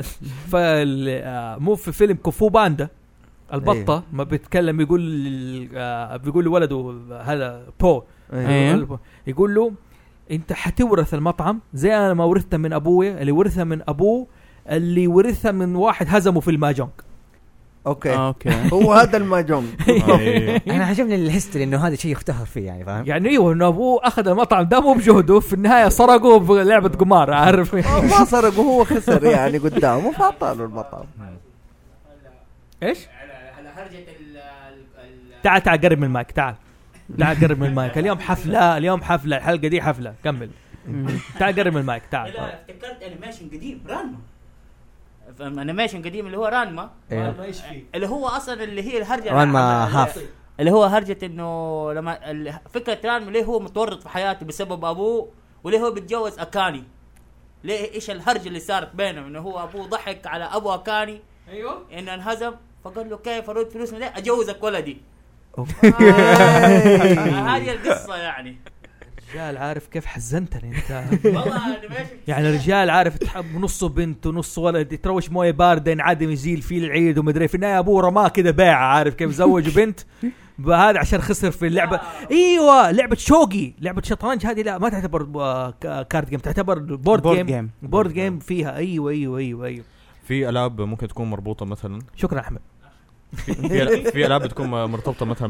مو في فيلم كوفو باندا البطة ما بيتكلم بيقول لولده هذا بو يقول له انت حتورث المطعم زي انا ما ورثته من ابوي اللي ورثه من ابوه اللي ورثه من واحد هزمه في الماجونج. اوكي هو هذا الماجونج. انا عجبني الهيستوري انه هذا شيء يختهر فيه يعني فاهم يعني ايوه انه ابوه اخذ المطعم ده مو بجهده في النهايه سرقوه بلعبه قمار عارف. ما سرقوا هو خسر يعني قدامه فاعطاله المطعم. ايش على هرجه تعال قرب من المايك تعال قرب من المايك. اليوم حفله الحلقه دي حفله كمل. تعال قرب من المايك تعال. لا افتكرت انيميشن قديم رانما. انيميشن قديم اللي هو رانما ايش فيه اللي هو اصلا اللي هي الهرجه رانما هاف اللي هو هرجه انه لما فكره رانما ليه هو متورط في حياته بسبب ابوه وليه هو بيتجوز اكاني. ليه ايش الهرجه اللي صارت بينهم انه هو ابوه ضحك على ابو اكاني ايوه انه انهزم فقال له كيف ارد فلوس من ده اجوزك ولدي. هذه القصه يعني. رجال عارف كيف حزنتني انت والله يعني رجال عارف تحب نصه بنت ونص ولد يتروش مويه بارده ينعدم يزيل فيه العيد ومدري في النهايه ابوه رماه كده باع عارف كيف زوجوا بنت هذا عشان خسر في اللعبه. ايوه لعبه شوقي لعبه شطرنج هذه لا ما تعتبر كارد جيم تعتبر بورد جيم فيها. ايوه في العاب ممكن تكون مربوطه مثلا. شكرا احمد. في العاب بتكون مرتبطه مثلا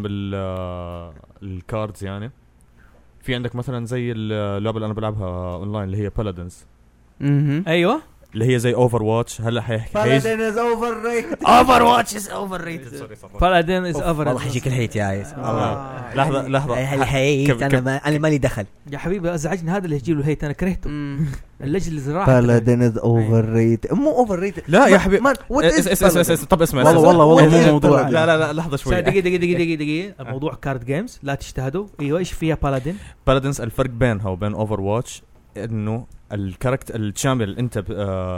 بالكاردز يعني. في عندك مثلا زي اللعبه اللي انا بلعبها اونلاين اللي هي بلادنز. ايوه اللي هي زي اوفر واتش. هلا بلادن از اوفر ريتد. اوفر واتش از اوفر ريتد بلادن از اوفر. والله حيجيك الهيت يا عايز لحظه الهيت انا مالي دخل يا حبيبي ازعجني هذا اللي يجي له هيت انا كرهته. اللجل اللي زراعه بلادن از اوفر ريتد مو اوفر ريتد. لا يا حبيبي طب اسمع والله مو موضوع. لا لحظه شوي. دقيقه الموضوع كارد جيمز لا تجتهدوا. ايوه ايش فيها بلادنز الفرق بينها وبين اوفر واتش انه الكاركتر الشامبيون اللي انت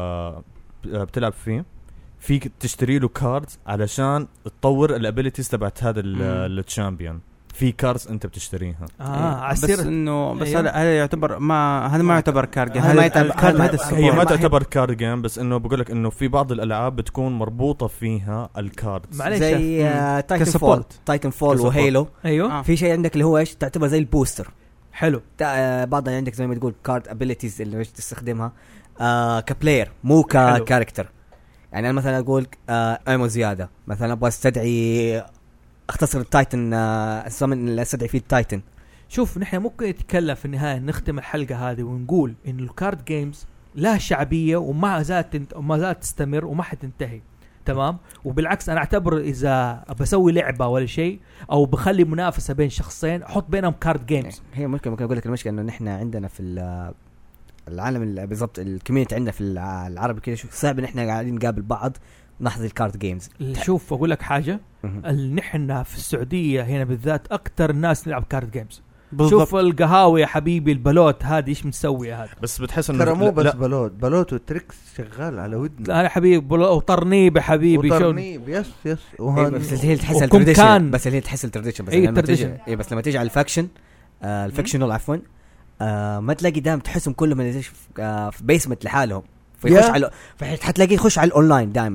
بتلعب فيه فيك تشتري له كاردز علشان تطور الابيليتيز تبعت هذا الشامبيون. في كاردز انت بتشتريها بس انه بس هذا يعتبر هذا ما يعتبر كارد جيم. هي ما تعتبر كارد جيم بس انه بقول لك انه في بعض الالعاب بتكون مربوطه فيها الكاردز زي تايتن فول وهيلو. ايوه في شيء عندك اللي هو ايش تعتبر زي البوستر. حلو. بعض عندك زي ما تقول كارد ابيليتيز اللي مش تستخدمها كبلاير مو ككاركتر. يعني انا مثلا اقول ايمو زياده مثلا ابغى استدعي اختصر التايتن السمن اللي استدعي فيه التايتن. شوف نحن ممكن نتكلم في النهايه نختم الحلقه هذه ونقول ان الكارد جيمز لها شعبيه وما زالت تستمر وما حتنتهي تمام. وبالعكس انا اعتبر اذا بسوي لعبه ولا شيء او بخلي منافسه بين شخصين احط بينهم كارد جيمز. هي ممكن اقول لك المشكله انه نحن عندنا في العالم بالضبط الكوميونتي عندنا في العربي كده صعب ان احنا قاعدين نقابل بعض نحضر الكارد جيمز. شوف اقول لك حاجه نحن في السعوديه هنا بالذات اكتر ناس نلعب كارد جيمز. شوف القهاوي يا حبيبي البلوت هذه ايش مسوي هذا. بس بتحس انه ترى مو بس بلوت وتريكس شغال على ودنا. لا يا حبيبي وطرنيب يا حبيبي وطرنيب يس بس هي تحس التراديشن بس هي تحس التراديشن بس لما تيجي على الفاكشن الفاكشنال عفوا ما تلاقي دائما تحسهم كلهم في بيسمنت لحالهم فيخش على حتلاقيه يخش على الاونلاين دائما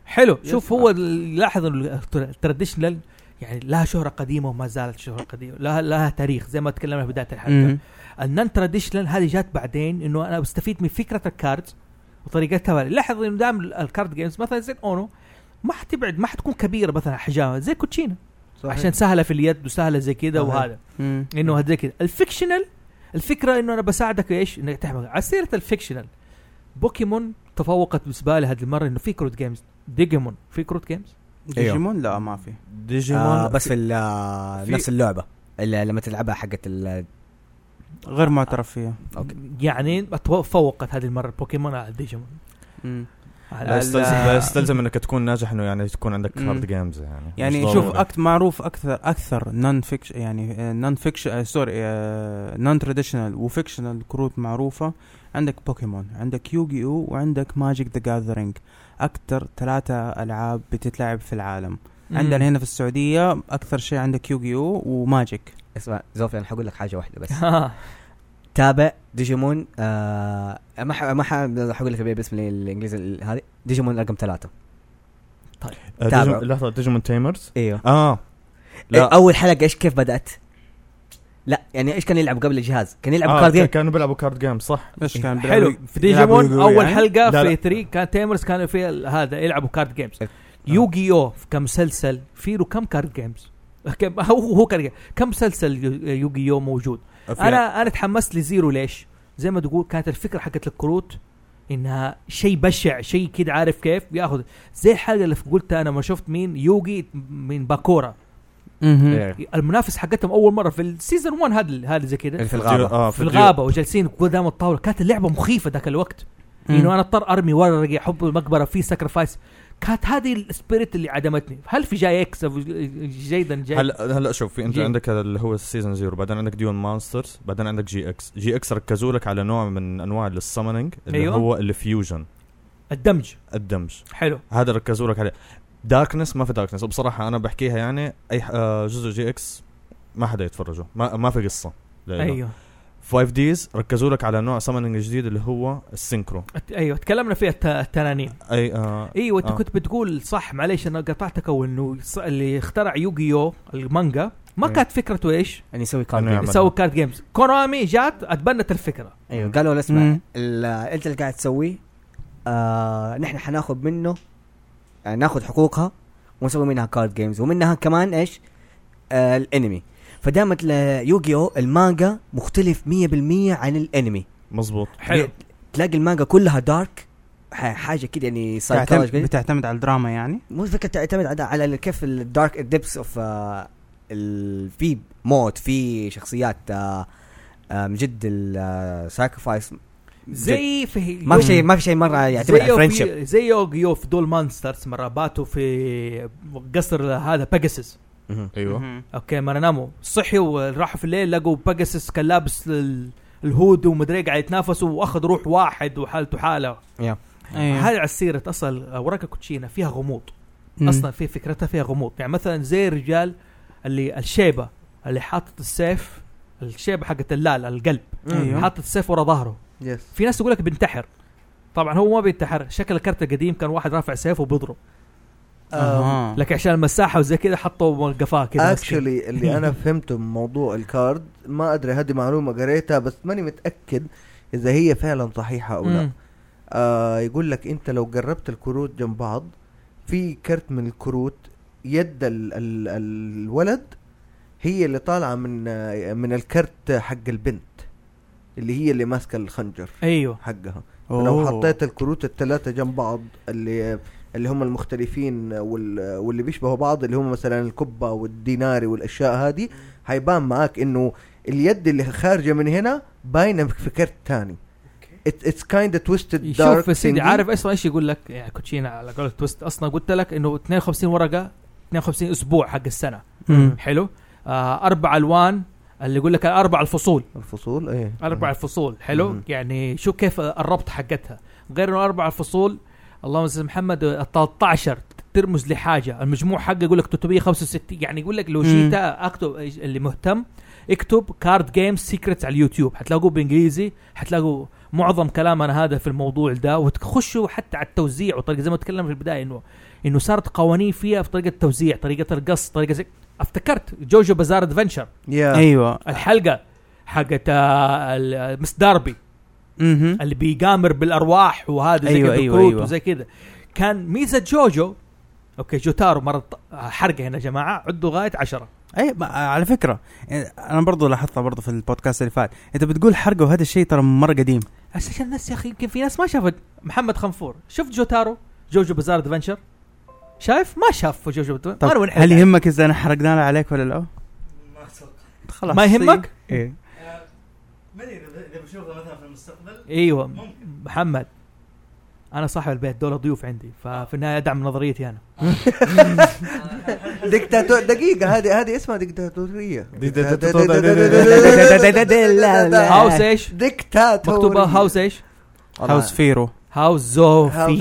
حلو. شوف هو لاحظ التراديشنال يعني لها شهرة قديمة وما زالت شهرة قديمة، لها تاريخ زي ما تكلمنا في بداية الحلقة. النون تراديشنال هذه جات بعدين انه انا بستفيد من فكرة الكارد وطريقتها. لاحظ انه دائما الكارد جيمز مثلا زي اونو ما حتبعد، ما حتكون كبيرة مثلا حجمها زي كوتشينا عشان سهلة في اليد وسهلة زي كده وهذا انه هذا كده. الفيكشنال الفكرة انه انا بساعدك ايش انك تحمل على سيرة الفيكشنال. بوكيمون تفوقت بالنسبة لي هذه المرة انه في كروت جيمز. ديجيمون في كروت جيمز؟ ديجيمون لا ما في ديجيمون بس في نفس اللعبة اللي لما تلعبها حقت غير معترف فيها. يعني تفوقت هذه المرة بوكيمون على ديجيمون. لا يستلزم انك تكون ناجح انه يعني تكون عندك كارد جيمز يعني شوف معروف اكثر نون فيكشن يعني نون فيكشن سوري نون تراديشنال وفيكشنال كروت معروفة. عندك بوكيمون، عندك يوغي او، وعندك ماجيك ذا جاذرينج. اكثر 3 العاب بتتلعب في العالم. عندنا هنا في السعودية اكثر شيء عندك يوغي او وماجيك. اسمع زوفي انا حقول لك حاجة واحدة بس تابع ديجيمون. ما حقول لك باسم الانجليزي هذه ديجيمون رقم 3. طيب لحظة ديجيمون تايمرز. ايوه لا. اول حلقة ايش كيف بدأت؟ لا يعني ايش كان يلعب قبل الجهاز؟ كان يلعب كارد جيم. كانوا بيلعبوا كارد جيم صح. ايش كان حلو في ديجيمون اول يعني؟ حلقة في 3 كان تايمرز كانوا في هذا يلعبوا كارد جيمز. يوغيو كمسلسل في له كم كارد جيمز؟ هو كم مسلسل يوغيو موجود. انا تحمست لزيرو. ليش؟ زي ما تقول كانت الفكره حقت الكروت انها شيء بشع، شيء كده عارف كيف ياخذ زي الحلقه اللي قلت انا ما شفت مين يوغي من باكورا. المنافس حقتهم اول مره في السيزون 1 هذا زي كده في الغابه في الغابه وجالسين قدام الطاوله. كانت اللعبه مخيفه ذاك الوقت انه انا اضطر ارمي ورقه حب المقبره في ساكرفايس. كانت هذه السبيريت اللي عدمتني. هل في جاي اكس جيدا جاي؟ هلا شوف في انت عندك هذا اللي هو السيزون 0 بعدين عندك ديون مانسترز بعدين عندك جي اكس ركزوا لك على نوع من انواع السامونينج اللي أيوة. هو الفيوجن الدمج حلو. هذا ركزوا لك عليه. داركنس ما في داركنس وبصراحه انا بحكيها يعني اي جزء جي اكس ما حدا يتفرجوا ما في قصه. ايوه 5 ديز ركزوا لك على نوع سامونينج جديد اللي هو السينكرو. ايوه تكلمنا فيه التنانين. ايوه انت كنت بتقول صح معليش انا قطعتك. او انه اللي اخترع يوغيو المانجا ما كانت فكرته ايش يعني يسوي كارد جيمز. يسوي كارد جيمز. كونامي جات اتبنت الفكره. ايوه قالوا اسمع انت اللي قاعد تسويه نحن حناخذ منه ناخذ حقوقها ونسوي منها كارد جيمز ومنها كمان ايش الانمي. فدامت يوغيو المانجا مختلف 100% عن الانمي. مظبوط حلو. تلاقي المانجا كلها دارك حاجه كده يعني بتعتمد على الدراما يعني مو فكره تعتمد على كيف الدارك ديبس اوف في موت في شخصيات من جد الساكرفايس زي في ما في شيء مره يعتمد على فريندشيب زي يوغيو في دول مانسترز مره باتوا في قصر هذا باجاسس. ايوه اوكي ما ناموا صحيوا وراحوا في الليل لقوا باجاسس كان لابس الهود ومدري قاعد يتنافسوا واخذ روح واحد وحالته حاله. هذه على السيره اصلا وراك كوتشينا فيها غموض. اصلا في فكرتها فيها غموض. يعني مثلا زي الرجال اللي الشيبه اللي حاطط السيف الشيبه حقت اللال القلب حاطط السيف ورا ظهره. في ناس يقول لك بينتحر. طبعا هو ما بينتحر. شكل الكارت القديم كان واحد رافع سيف وبيضرب لكن عشان المساحه وزي كده حطوا قفاه كده. اكشلي اللي انا فهمته من موضوع الكارد ما ادري هذه معلومه قريتها بس ماني متاكد اذا هي فعلا صحيحه او لا. يقول لك انت لو قربت الكروت جنب بعض في كرت من الكروت يد الولد هي اللي طالعه من الكرت حق البنت اللي هي اللي ماسكه الخنجر. ايوه حقها. لو حطيت الكروت الثلاثه جنب بعض اللي هم المختلفين واللي بيشبهوا بعض اللي هم مثلا الكبة والديناري والاشياء هذه هيبان معاك انه اليد اللي خارجه من هنا باينه في كرت ثاني. it's kind of twisted dark. شوف سيدي عارف اصلا ايش يقول لك يعني كوتشينا على قول تويست. اصلا قلت لك انه 52 ورقه 52 اسبوع حق السنه. حلو. 4 الوان اللي يقول لك 4 الفصول ايه 4 الفصول. حلو. يعني شو كيف الربط حقتها غير انه 4 الفصول. اللهم صل محمد 13 ترمز لحاجه. المجموع حقه يقول لك 365 يعني يقول لك لو جيت اكتب اللي مهتم اكتب كارد جيمز سيكريتس على اليوتيوب حتلاقوه بالانجليزي حتلاقوا معظم كلامنا هذا في الموضوع ده وتخشوا حتى على التوزيع وطريقه زي ما تكلم في البدايه انه صارت قوانين فيها في طريقه التوزيع طريقه القص طريقه زي افتكرت جوجو بازار ادفنشر ايوه الحلقه حقت مس داربي اللي بيقامر بالارواح وهذا زي كذا أيوة. وزي كذا كان ميزه جوجو اوكي جوتارو مرت حرقه هنا يا جماعه عدوا لغايه 10. اي على فكره انا برضو لاحظتها برضو في البودكاست اللي فات انت بتقول حرقه وهذا الشيء ترى مره قديم عشان الناس يا اخي يمكن في ناس ما شافت. محمد خنفور شفت جوتارو جوجو بازار ادفنشر شايف ما شاف جوجو طب هل يهمك اذا انا حرقنا عليك ولا لا؟ خلاص ما يهمك ايه ما ادري اذا بشوفه مثلا في المستقبل ايوه ممكن. محمد انا صاحب البيت دول ضيوف عندي ففي النهايه ادعم نظريتي انا. ديكتاتور دقيقه هذه اسمها ديكتاتوريه. هاوس ايش ديكتاتور مكتوبه هاوس ايش هاوس فيرو هاوس زوفي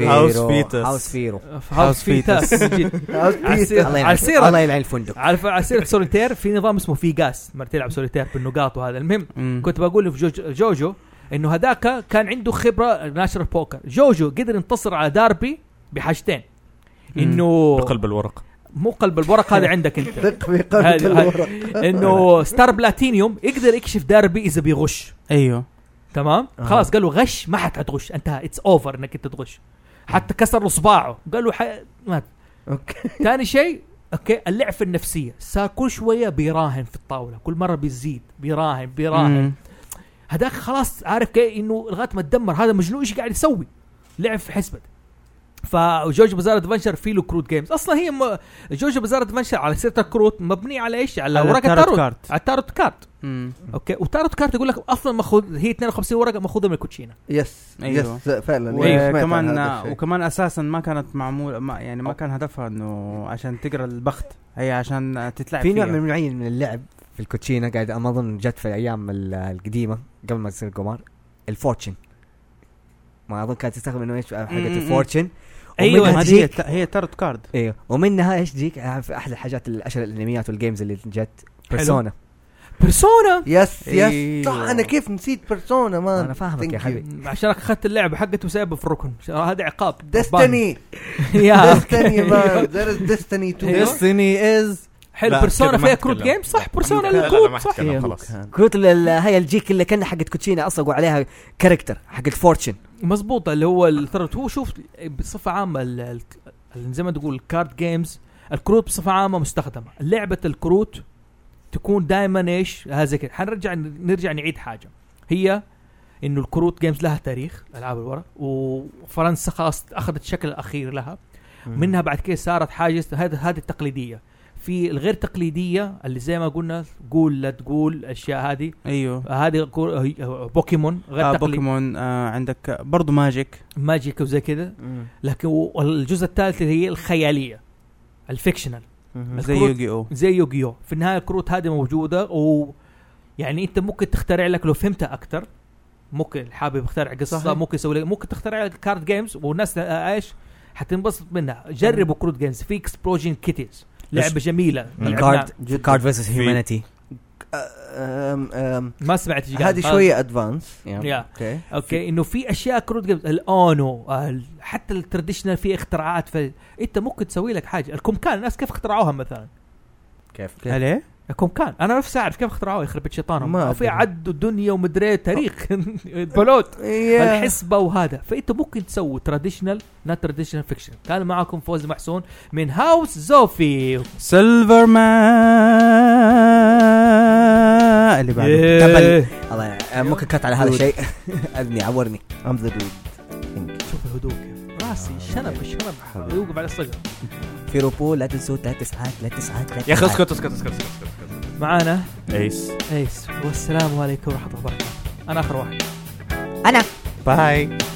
هاوس فيتس الله يلعن الفندق. عارف على سيرة سوليتير في نظام اسمه فيغاس مرة تلعب سوليتير بالنقاط وهذا. المهم كنت بقول في جوجو انه هذاك كان عنده خبرة ناشر بوكر. جوجو قدر ينتصر على داربي بحاجتين انه بقلب الورق مو قلب الورق هذا عندك انت في قلب الورق انه ستار بلاتينيوم يقدر يكشف داربي اذا بيغش. ايوه تمام خلاص قالوا غش ما حتغش انتهى اتس اوفر انك انت تغش. حتى كسر اصبعه قالوا مات. اوكي ثاني شيء اوكي اللعبه النفسيه صار كل شويه بيراهن في الطاوله كل مره بيزيد بيراهن هذاك خلاص عارف كيف انه لغايه ما تدمر هذا مجنون ايش قاعد يسوي لعب في حسبه. فجوجو بازار ادفنشر فيه له كروت جيمز اصلا هي جوجو بازار ادفنشر على سيره الكروت مبني على ايش على ورقه التاروت على التاروت كارت. اوكي وتاروت كارت يقول لك اصلا ماخذ هي 52 ورقه ماخوذه من الكوتشينه. يس أيوه. يس فعلا وكمان اساسا ما كانت معمول يعني ما كان هدفها انه عشان تقرا البخت هي عشان تتلعب في نوع من معين من اللعب في الكوتشينه قاعد اظن جت في الايام القديمه قبل ما تصير القمار الفورتشن ما اظن كانت تستخدم انه ايش حقه الفورتشن. ايوه هذه هي تاروت كارد. ايوه ومنها ايش تجيك في احد الحاجات الاشهر الانميات والجيمز اللي جت بيرسونا يس صح انا كيف نسيت بيرسونا ما انا فاهمك يا حبيبي عشان اخذت اللعبه حقته وسايبه في الركن هذا عقاب. ديستني يا ديستني ما ديستني 2 ديستني از حلو. بيرسونا فيها كروت جيم صح بيرسونا الكروت صح كروت هي الجيك اللي كان حقت كوتشينه اصلا عليها كاركتر حق الفورتشن مزبوطه اللي هو الثرت. هو شوف بصفه عامه زي ما تقول كارد جيمز الكروت بصفه عامه مستخدمه. لعبه الكروت تكون دائما ايش هذا كده. نرجع نعيد حاجه هي انه الكروت جيمز لها تاريخ العاب الورق وفرنسا خلاص اخذت الشكل الاخير لها منها بعد كده صارت حاجه هذه التقليديه. في الغير تقليديه اللي زي ما قلنا قول لا تقول الاشياء هذه ايوه هذه بوكيمون غير بوكيمون عندك برضو ماجيك وزي كده. لكن الجزء الثالث هي الخياليه الفيكشنال زي يوغيو في النهايه الكروت هذه موجوده ويعني انت ممكن تخترع لك لو فهمتها اكثر ممكن حابب يخترع قصه ممكن يسوي لك ممكن تخترع لك كارد جيمز والناس ايش حتنبسط منها. جربوا كروت جيمز في اكسبلوجن كيتيز لعبه جميله كارد فيرسس هيومانيتي ما سمعت هذه شويه ادفانس اوكي انه في اشياء كروت جيمز الاونو حتى التراديشنال في اختراعات فانت ممكن تسوي لك حاجه. الكومكان الناس كيف اخترعوها مثلا كيف ليه الكومكان انا نفسي اعرف كيف اخترعوها يخرب شيطانهم في عد الدنيا ومدري تاريخ بلوت الحسبه وهذا. فانت ممكن تسوي تراديشنال نا تراديشنال فيكشن. كان معكم فوز محسون من هاوس زوفي سيلفر مان اللي بعده تبل الله ممكن كات على هذا الشيء ابني عورني ام ذا دود. شوف الهدوء كيف راسي الشنب يوقف على الصقر في روبو لا تنسوا لا تسعات يا اخي اسكت معانا ايس والسلام عليكم ورحمه الله وبركاته. انا اخر واحد انا باي.